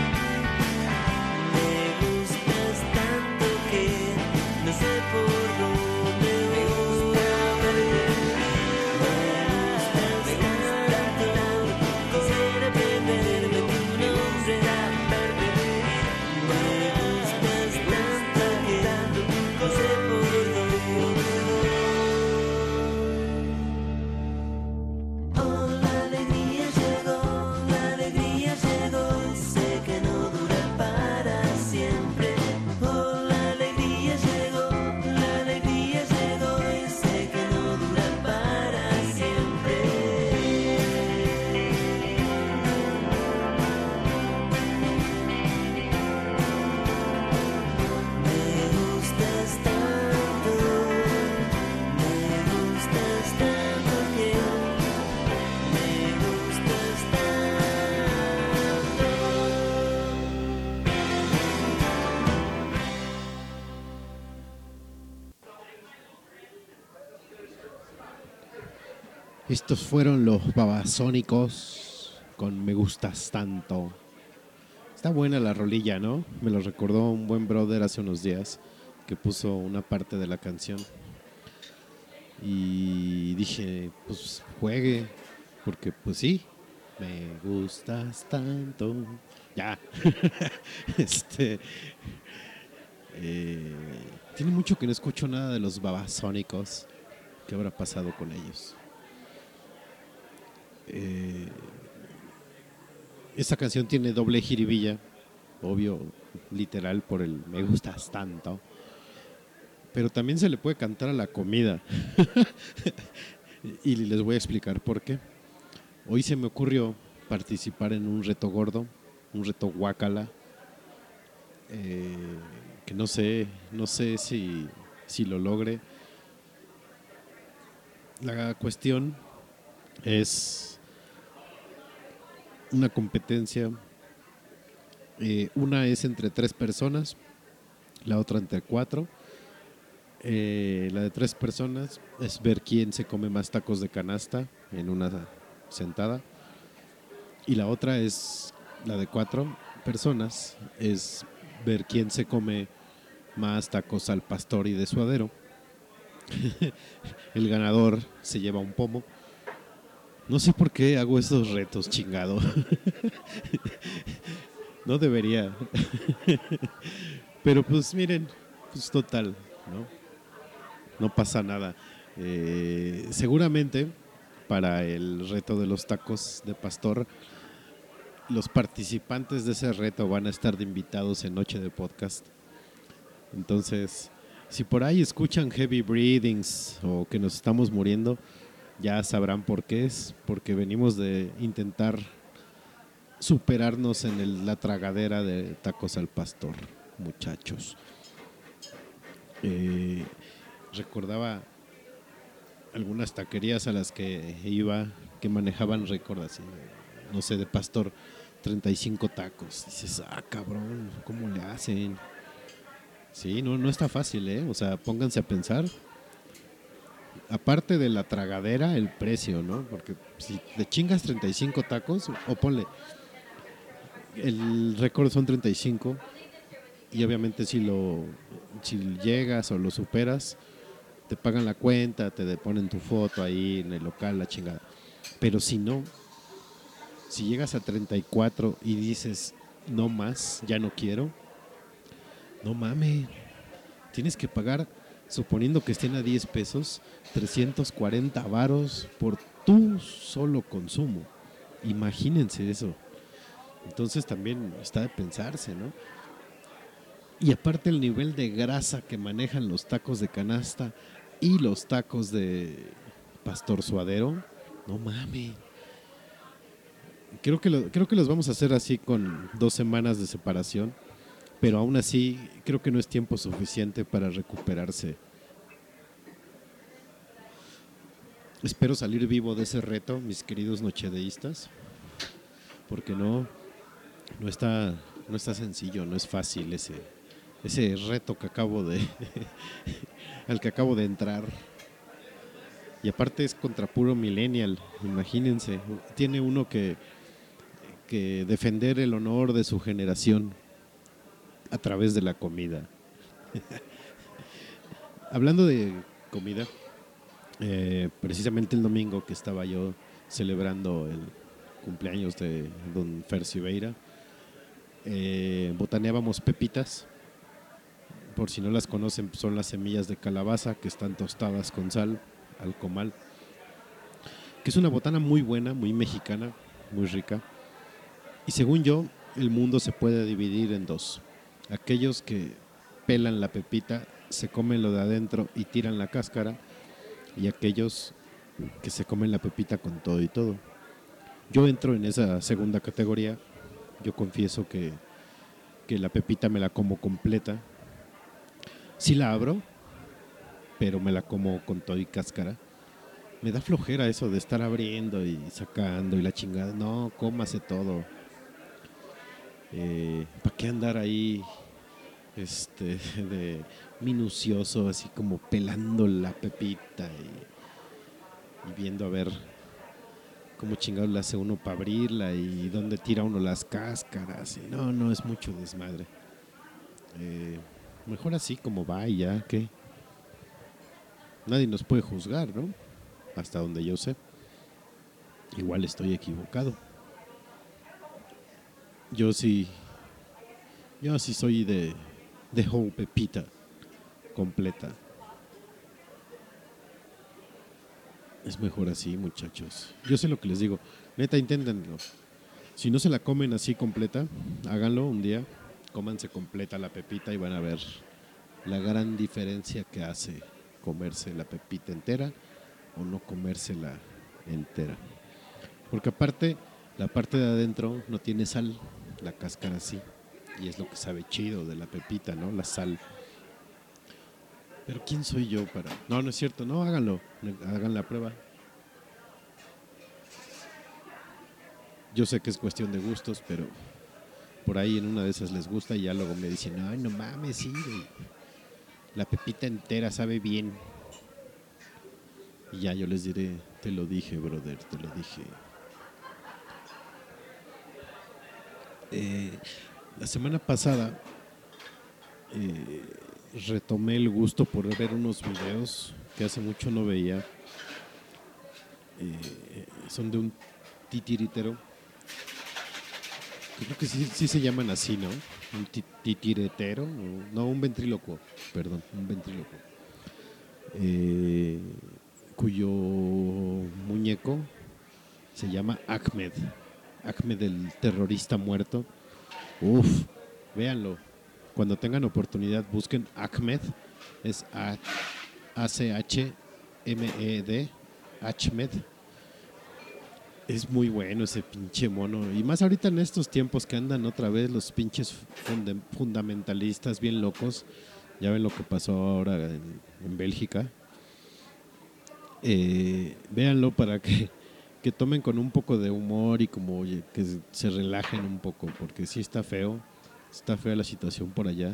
Me gustas tanto que no sé por dónde voy. Quisiera aprenderme tu nombre. Me gustas tanto que no sé por dónde voy. Oh, la alegría llegó, la alegría llegó y sé que no dura para siempre. Oh, la alegría llegó, la alegría llegó y sé que no dura para siempre. Me gustas tanto, me gustas tanto que me gustas tanto. Estos fueron los Babasónicos con Me Gustas Tanto. Está buena la rolilla, ¿no? Me lo recordó un buen brother hace unos días que puso una parte de la canción. Y dije, pues juegue, porque pues sí, me gustas tanto. Ya. este. eh, tiene mucho que no escucho nada de los Babasónicos. ¿Qué habrá pasado con ellos? Eh, esta canción tiene doble jiribilla, obvio, literal por el me gustas tanto, pero también se le puede cantar a la comida. Y les voy a explicar por qué. Hoy se me ocurrió participar en un reto gordo, un reto guácala, eh, que no sé, no sé si, si lo logre. La cuestión es una competencia. Eh, una es entre tres personas, la otra entre cuatro. Eh, la de tres personas es ver quién se come más tacos de canasta en una sentada. Y la otra es, la de cuatro personas, es ver quién se come más tacos al pastor y de suadero. El ganador se lleva un pomo. No sé por qué hago esos retos, chingado. No debería. Pero pues miren, pues total, ¿no? No pasa nada. Eh, seguramente para el reto de los tacos de pastor, los participantes de ese reto van a estar de invitados en Noche de Podcast. Entonces, si por ahí escuchan heavy breathings o que nos estamos muriendo, ya sabrán por qué es, porque venimos de intentar superarnos en el- la tragadera de tacos al pastor, muchachos. Eh, recordaba algunas taquerías a las que iba que manejaban récord así, de, no sé, de pastor, treinta y cinco tacos. Dices, ah, cabrón, ¿cómo le hacen? Sí, no, no está fácil, ¿eh? O sea, pónganse a pensar. Aparte de la tragadera, el precio, ¿no? Porque si te chingas treinta y cinco tacos, o ponle, el récord son treinta y cinco, y obviamente si lo si llegas o lo superas, te pagan la cuenta, te de- ponen tu foto ahí en el local, la chingada. Pero si no, si llegas a treinta y cuatro y dices, no más, ya no quiero, no mames, tienes que pagar, suponiendo que estén a diez pesos, trescientos cuarenta varos por tu solo consumo. Imagínense eso. Entonces también está de pensarse, ¿no? Y aparte el nivel de grasa que manejan los tacos de canasta y los tacos de pastor suadero, no mames. Creo que, lo, creo que los vamos a hacer así con dos semanas de separación, pero aún así creo que no es tiempo suficiente para recuperarse. Espero salir vivo de ese reto, mis queridos nochedeístas, porque no, no está, no está sencillo, no es fácil ese, ese reto que acabo de al que acabo de entrar. Y aparte es contra puro millennial, imagínense, tiene uno que, que defender el honor de su generación a través de la comida. Hablando de comida, eh, precisamente el domingo que estaba yo celebrando el cumpleaños de don Fer Siveira, eh, botaneábamos pepitas. Por si no las conocen, son las semillas de calabaza que están tostadas con sal al comal, que es una botana muy buena, muy mexicana, muy rica. Y según yo, el mundo se puede dividir en dos: aquellos que pelan la pepita, se comen lo de adentro y tiran la cáscara, y aquellos que se comen la pepita con todo y todo. Yo entro en esa segunda categoría. Yo confieso que, que la pepita me la como completa. Sí la abro, pero me la como con todo y cáscara. Me da flojera eso de estar abriendo y sacando y la chingada. No, cómase todo. Eh, ¿Para qué andar ahí este, de minucioso, así como pelando la pepita y, y viendo a ver cómo chingados le hace uno para abrirla y dónde tira uno las cáscaras? Y no, no, es mucho desmadre. Eh, mejor así como va y ya, ¿qué? Nadie nos puede juzgar, ¿no? Hasta donde yo sé. Igual estoy equivocado. Yo sí, yo sí soy de, de whole pepita completa. Es mejor así, muchachos. Yo sé lo que les digo. Neta, inténtenlo. Si no se la comen así completa, háganlo un día. Cómanse completa la pepita y van a ver la gran diferencia que hace comerse la pepita entera o no comérsela entera. Porque aparte, la parte de adentro no tiene sal, la cáscara sí. Y es lo que sabe chido de la pepita, ¿no? La sal. Pero ¿quién soy yo para...? No, no es cierto, no, háganlo, hagan la prueba. Yo sé que es cuestión de gustos, pero por ahí en una de esas les gusta y ya luego me dicen, ay, no mames, sí, güey, la pepita entera sabe bien. Y ya yo les diré, te lo dije, brother, te lo dije. Eh, la semana pasada eh, retomé el gusto por ver unos videos que hace mucho no veía. Eh, son de un titiritero. Creo que sí, sí se llaman así, ¿no? Un ti- titiretero. No, un ventrílocuo. Perdón, un ventrílocuo. Eh, cuyo muñeco se llama Ahmed. Ahmed, el terrorista muerto. Uf, véanlo. Cuando tengan oportunidad, busquen Ahmed. Es A C H M E D. Ahmed. Es muy bueno ese pinche mono. Y más ahorita en estos tiempos que andan otra vez los pinches funde- fundamentalistas bien locos. Ya ven lo que pasó ahora en, en Bélgica. Eh, véanlo para que, que tomen con un poco de humor y como oye, que se relajen un poco. Porque sí está feo. Está fea la situación por allá.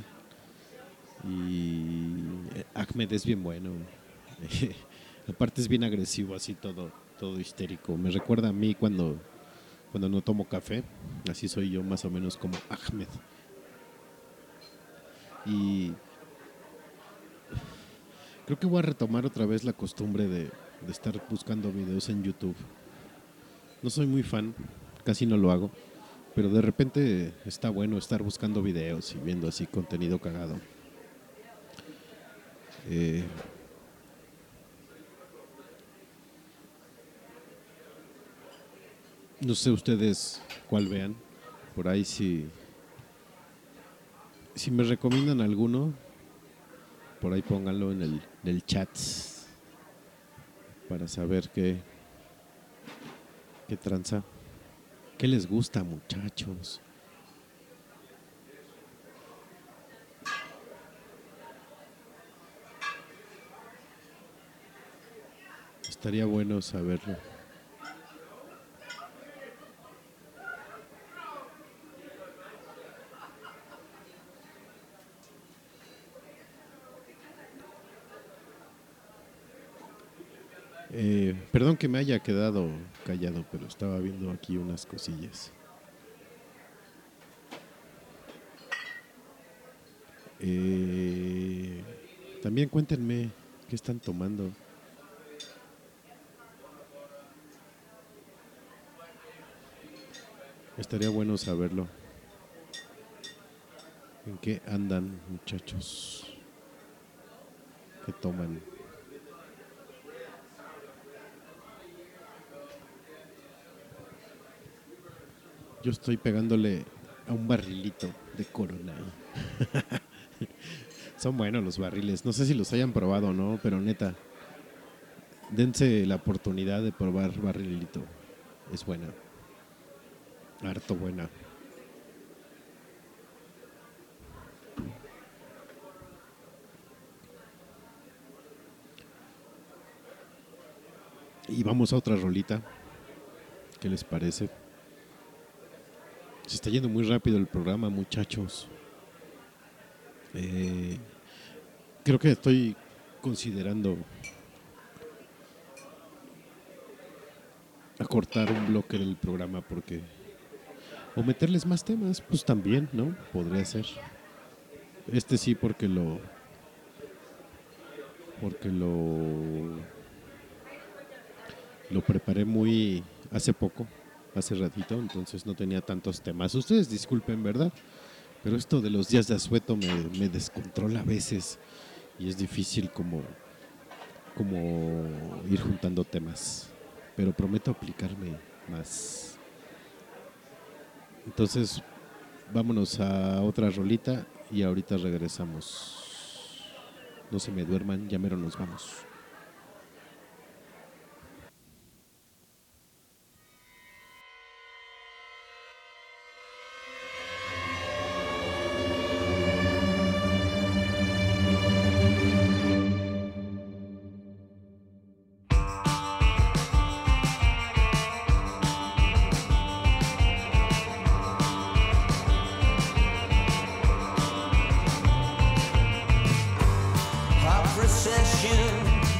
Y Ahmed es bien bueno. Aparte es bien agresivo, así todo, todo histérico. Me recuerda a mí cuando, cuando no tomo café. Así soy yo más o menos como Ahmed. Y creo que voy a retomar otra vez la costumbre de, de estar buscando videos en YouTube. No soy muy fan, casi no lo hago. Pero de repente está bueno estar buscando videos y viendo así contenido cagado. Eh, no sé ustedes cuál vean. Por ahí si, si me recomiendan alguno, por ahí pónganlo en el, en el chat para saber qué, qué tranza. ¿Qué les gusta, muchachos? Estaría bueno saberlo. Eh, perdón que me haya quedado callado, pero estaba viendo aquí unas cosillas. Eh, también cuéntenme qué están tomando. Estaría bueno saberlo. ¿En qué andan, muchachos? ¿Qué toman? Yo estoy pegándole a un barrilito de Corona. Son buenos los barriles. No sé si los hayan probado o no, pero neta, dense la oportunidad de probar barrilito. Es buena. Harto buena. Y vamos a otra rolita. ¿Qué les parece? Se está yendo muy rápido el programa, muchachos. Eh, creo que estoy considerando acortar un bloque del programa porque o meterles más temas, pues también, ¿no? Podría ser. Este sí porque lo porque lo lo preparé muy hace poco, hace ratito, entonces no tenía tantos temas. Ustedes disculpen, ¿verdad? Pero esto de los días de asueto me, me descontrola a veces y es difícil como, como ir juntando temas. Pero prometo aplicarme más. Entonces, vámonos a otra rolita y ahorita regresamos. No se me duerman, ya mero nos vamos. A procession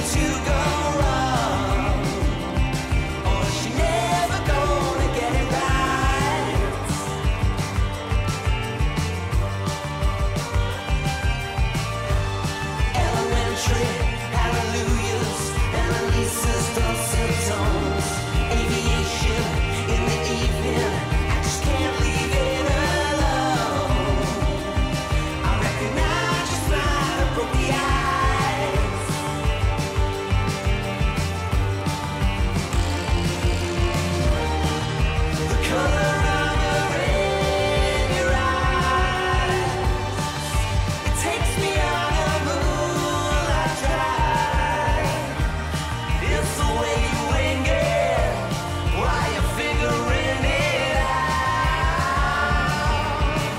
to go wrong, or she never gonna get it right. Elementary hallelujahs and Elisa's dulcet tones. Aviation in the evening, I just can't leave it alone. I recognize your smile and broke the ice. The color of the red in your eyes, it takes me on a moonlight drive. It's the way you wing it while you're figuring it out.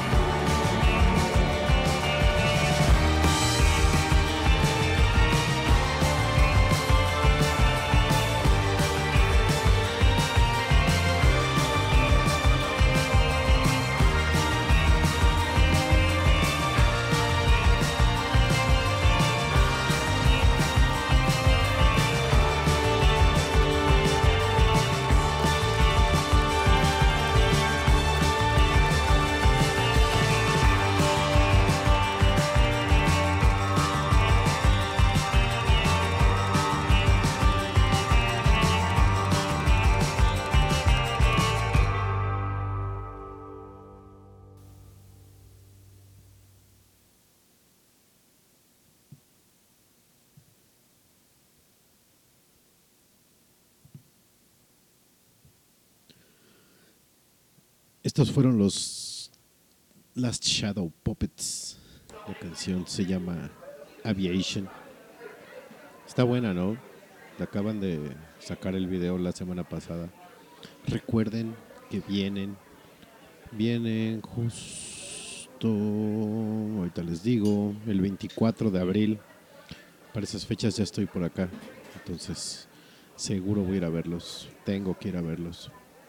Estos fueron los Last Shadow Puppets. La canción se llama Aviation. Está buena, ¿no? Le acaban de sacar el video la semana pasada. Recuerden que vienen, vienen justo, ahorita les digo, el veinticuatro de abril. Para esas fechas ya estoy por acá. Entonces, seguro voy a ir a verlos. Tengo que ir a verlos.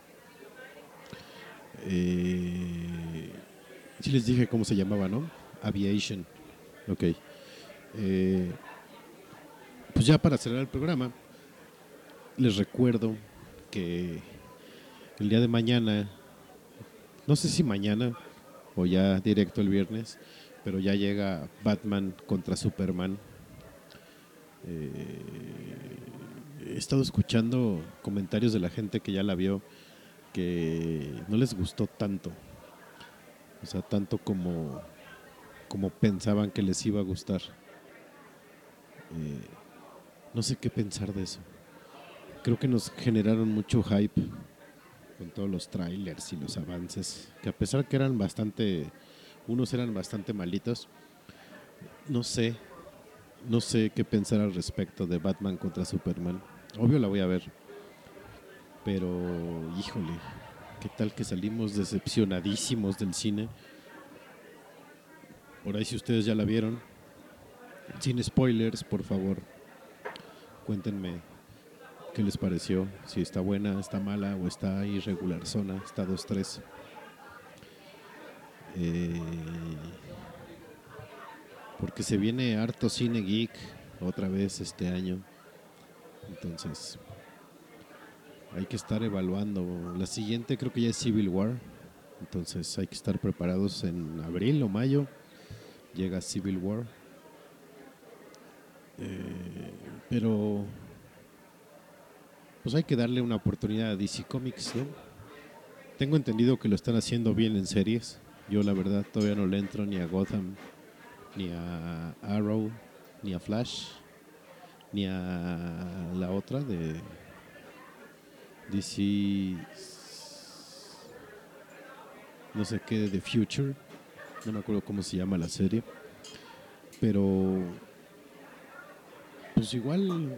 Eh, sí les dije cómo se llamaba, ¿no? Aviation. Ok. Eh, pues ya para cerrar el programa, les recuerdo que el día de mañana, no sé si mañana o ya directo el viernes, pero ya llega Batman contra Superman. Eh, he estado escuchando comentarios de la gente que ya la vio, que no les gustó tanto, o sea, tanto como, como pensaban que les iba a gustar. Eh, no sé qué pensar de eso. Creo que nos generaron mucho hype con todos los trailers y los avances, que a pesar que eran bastante, unos eran bastante malitos, no sé, no sé qué pensar al respecto de Batman contra Superman. Obvio la voy a ver, pero híjole, qué tal que salimos decepcionadísimos del cine. Por ahí, si ustedes ya la vieron, sin spoilers, por favor, cuéntenme qué les pareció, si está buena, está mala o está irregular zona, está dos tres. Eh, porque se viene harto cine geek otra vez este año, entonces hay que estar evaluando. La siguiente creo que ya es Civil War, entonces hay que estar preparados. En abril o mayo llega Civil War. Eh, pero pues hay que darle una oportunidad a D C Comics, ¿no? Tengo entendido que lo están haciendo bien en series. Yo la verdad todavía no le entro ni a Gotham, ni a Arrow, ni a Flash, ni a la otra de D C, no sé qué, de The Future, no me acuerdo cómo se llama la serie, pero pues igual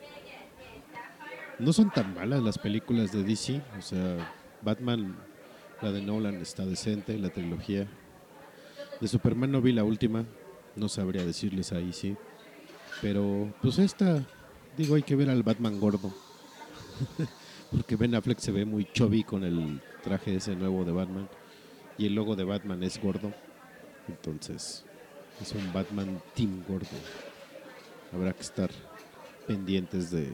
no son tan malas las películas de D C. O sea, Batman, la de Nolan, está decente, la trilogía. De Superman no vi la última, no sabría decirles ahí sí, pero pues esta, digo, hay que ver al Batman gordo porque Ben Affleck se ve muy chubby con el traje ese nuevo de Batman, y el logo de Batman es gordo, entonces es un Batman team gordo. Habrá que estar pendientes de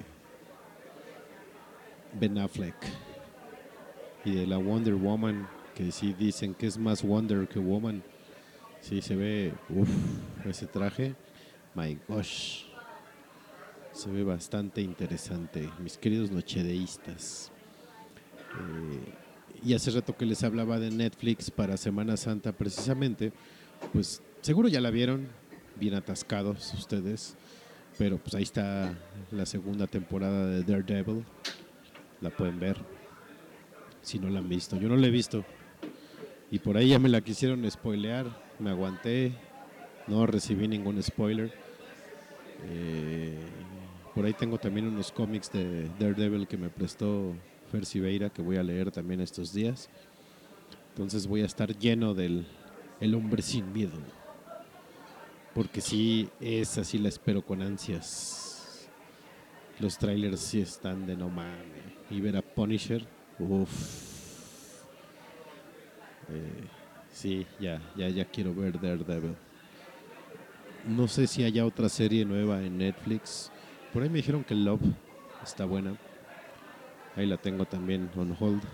Ben Affleck y de la Wonder Woman, que sí dicen que es más Wonder que Woman. Sí, se ve, uff, ese traje, my gosh, se ve bastante interesante, mis queridos nochedeístas. Eh, y hace rato que les hablaba de Netflix para Semana Santa precisamente, pues seguro ya la vieron, bien atascados ustedes, pero pues ahí está la segunda temporada de Daredevil, la pueden ver si no la han visto. Yo no la he visto y por ahí ya me la quisieron spoilear, me aguanté, no recibí ningún spoiler. Eh, por ahí tengo también unos cómics de Daredevil que me prestó Fer Siveira, que voy a leer también estos días. Entonces voy a estar lleno del El hombre sin miedo, porque sí, esa sí la espero con ansias. Los trailers sí están de no mames. Y ver a Punisher, uff. Eh, sí, ya, ya, ya quiero ver Daredevil. No sé si haya otra serie nueva en Netflix. Por ahí me dijeron que Love está buena. Ahí la tengo también on hold.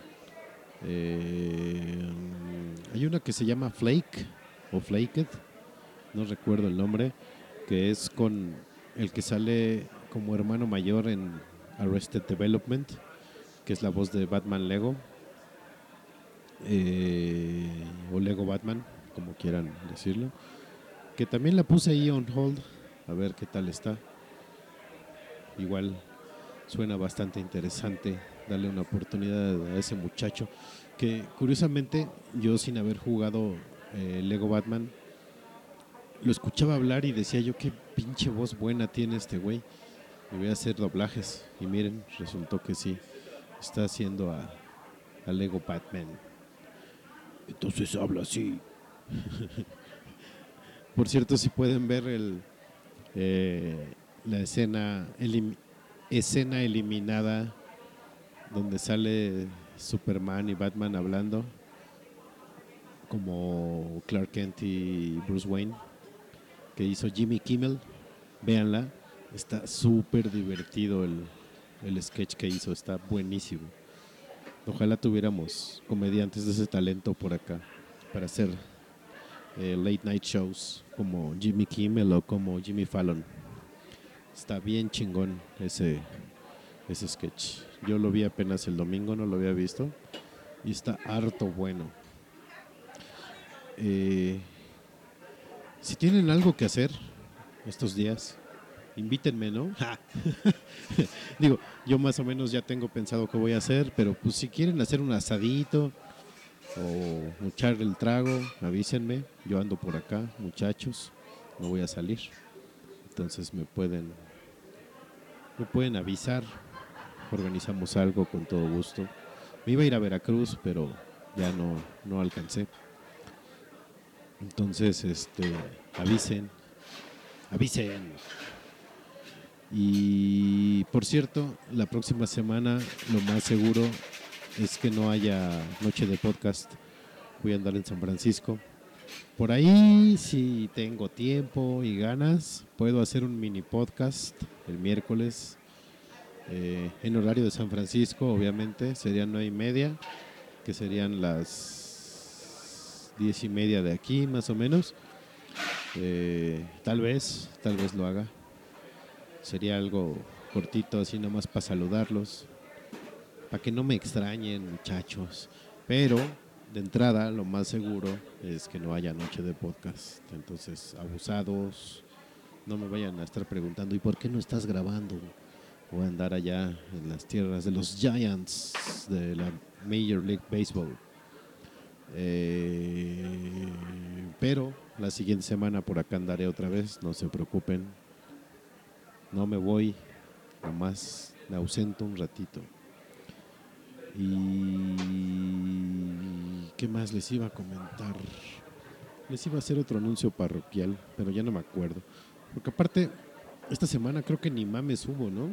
Eh, hay una que se llama Flake o Flaked, no recuerdo el nombre, que es con el que sale como hermano mayor en Arrested Development, que es la voz de Batman Lego, eh, o Lego Batman, como quieran decirlo, que también la puse ahí on hold, a ver qué tal está. Igual suena bastante interesante darle una oportunidad a ese muchacho, que curiosamente yo, sin haber jugado eh, Lego Batman, lo escuchaba hablar y decía yo, qué pinche voz buena tiene este güey, me voy a hacer doblajes, y miren, resultó que sí, está haciendo a, a Lego Batman, entonces habla así. Por cierto, si pueden ver el eh, la escena elim- escena eliminada donde sale Superman y Batman hablando como Clark Kent y Bruce Wayne, que hizo Jimmy Kimmel, véanla, está súper divertido el, el sketch que hizo, está buenísimo. Ojalá tuviéramos comediantes de ese talento por acá para hacer eh, late night shows como Jimmy Kimmel o como Jimmy Fallon. Está bien chingón ese ese sketch. Yo lo vi apenas el domingo, no lo había visto y está harto bueno. Eh, si tienen algo que hacer estos días, invítenme, ¿no? Digo, yo más o menos ya tengo pensado qué voy a hacer, pero pues si quieren hacer un asadito o echar el trago, avísenme. Yo ando por acá, muchachos, no voy a salir. Entonces me pueden me pueden avisar. Organizamos algo con todo gusto. Me iba a ir a Veracruz, pero ya no, no alcancé. Entonces, este, avisen, avisen. Y por cierto, la próxima semana lo más seguro es que no haya noche de podcast. Voy a andar en San Francisco. Por ahí, si tengo tiempo y ganas, puedo hacer un mini podcast el miércoles. Eh, en horario de San Francisco, obviamente, serían nueve y media, que serían las diez y media de aquí, más o menos. Eh, tal vez, tal vez lo haga. Sería algo cortito, así nomás para saludarlos, para que no me extrañen, muchachos. Pero de entrada, lo más seguro es que no haya noche de podcast. Entonces, abusados, no me vayan a estar preguntando, ¿y por qué no estás grabando? Voy a andar allá en las tierras de los Giants de la Major League Baseball. Eh, pero la siguiente semana por acá andaré otra vez, no se preocupen. No me voy, nomás me ausento un ratito. Y ¿qué más les iba a comentar? Les iba a hacer otro anuncio parroquial, pero ya no me acuerdo. Porque aparte, esta semana creo que ni mames hubo, ¿no?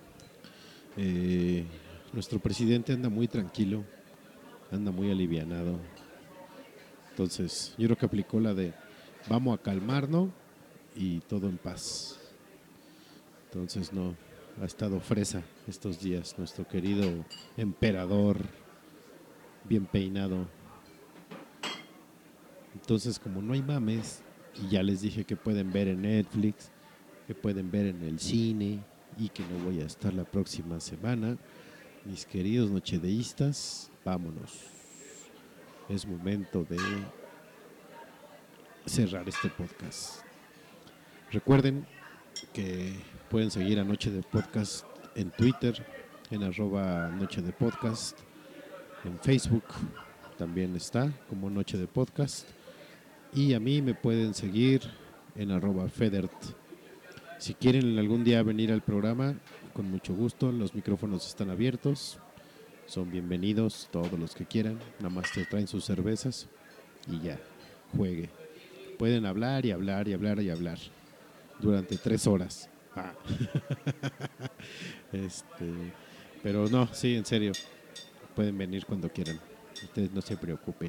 Eh, nuestro presidente anda muy tranquilo, anda muy alivianado. Entonces, yo creo que aplicó la de vamos a calmarnos y todo en paz. Entonces, no, ha estado fresa estos días, nuestro querido emperador, bien peinado. Entonces, como no hay mames, y ya les dije que pueden ver en Netflix, que pueden ver en el cine, y que no voy a estar la próxima semana, mis queridos nochedeístas, vámonos. Es momento de cerrar este podcast. Recuerden que pueden seguir a Noche de Podcast en Twitter, en arroba Noche de Podcast, en Facebook también está como Noche de Podcast, y a mí me pueden seguir en arroba Federt. Si quieren algún día venir al programa, con mucho gusto, los micrófonos están abiertos, son bienvenidos todos los que quieran, nada más te traen sus cervezas y ya, juegue. Pueden hablar y hablar y hablar y hablar durante tres horas. Ah. este, pero no, sí, en serio, pueden venir cuando quieran, ustedes no se preocupen.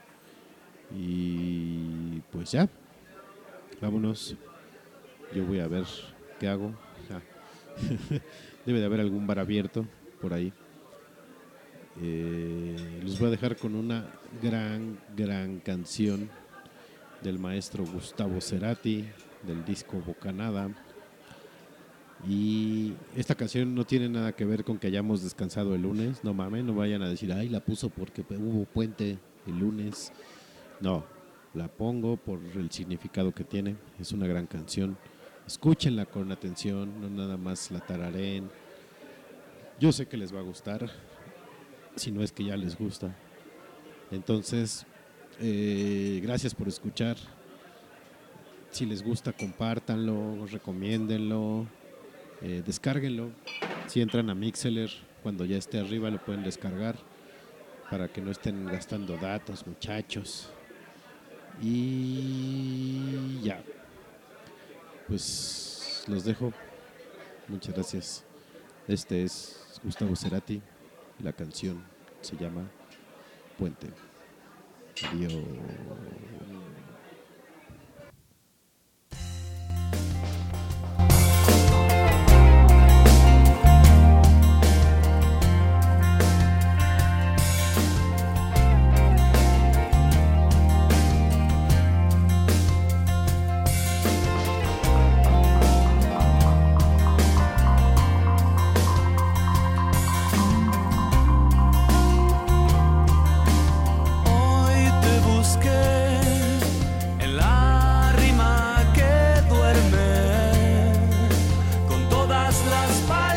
Y pues ya, vámonos. Yo voy a ver qué hago. Ah. Debe de haber algún bar abierto por ahí. Eh, los voy a dejar con una gran, gran canción del maestro Gustavo Cerati, del disco Bocanada. Y esta canción no tiene nada que ver con que hayamos descansado el lunes. No mames, no vayan a decir, ay, la puso porque hubo puente el lunes. No, la pongo por el significado que tiene. Es una gran canción. Escúchenla con atención, no nada más la tarareen. Yo sé que les va a gustar, si no es que ya les gusta. Entonces, eh, gracias por escuchar. Si les gusta, compártanlo, recomiéndenlo, eh, descárguenlo. Si entran a Mixeler, cuando ya esté arriba lo pueden descargar para que no estén gastando datos, muchachos. Y ya, pues los dejo. Muchas gracias. Este es Gustavo Cerati. La canción se llama Puente. Adiós. Hoy te busqué en la rima que duerme con todas las palabras.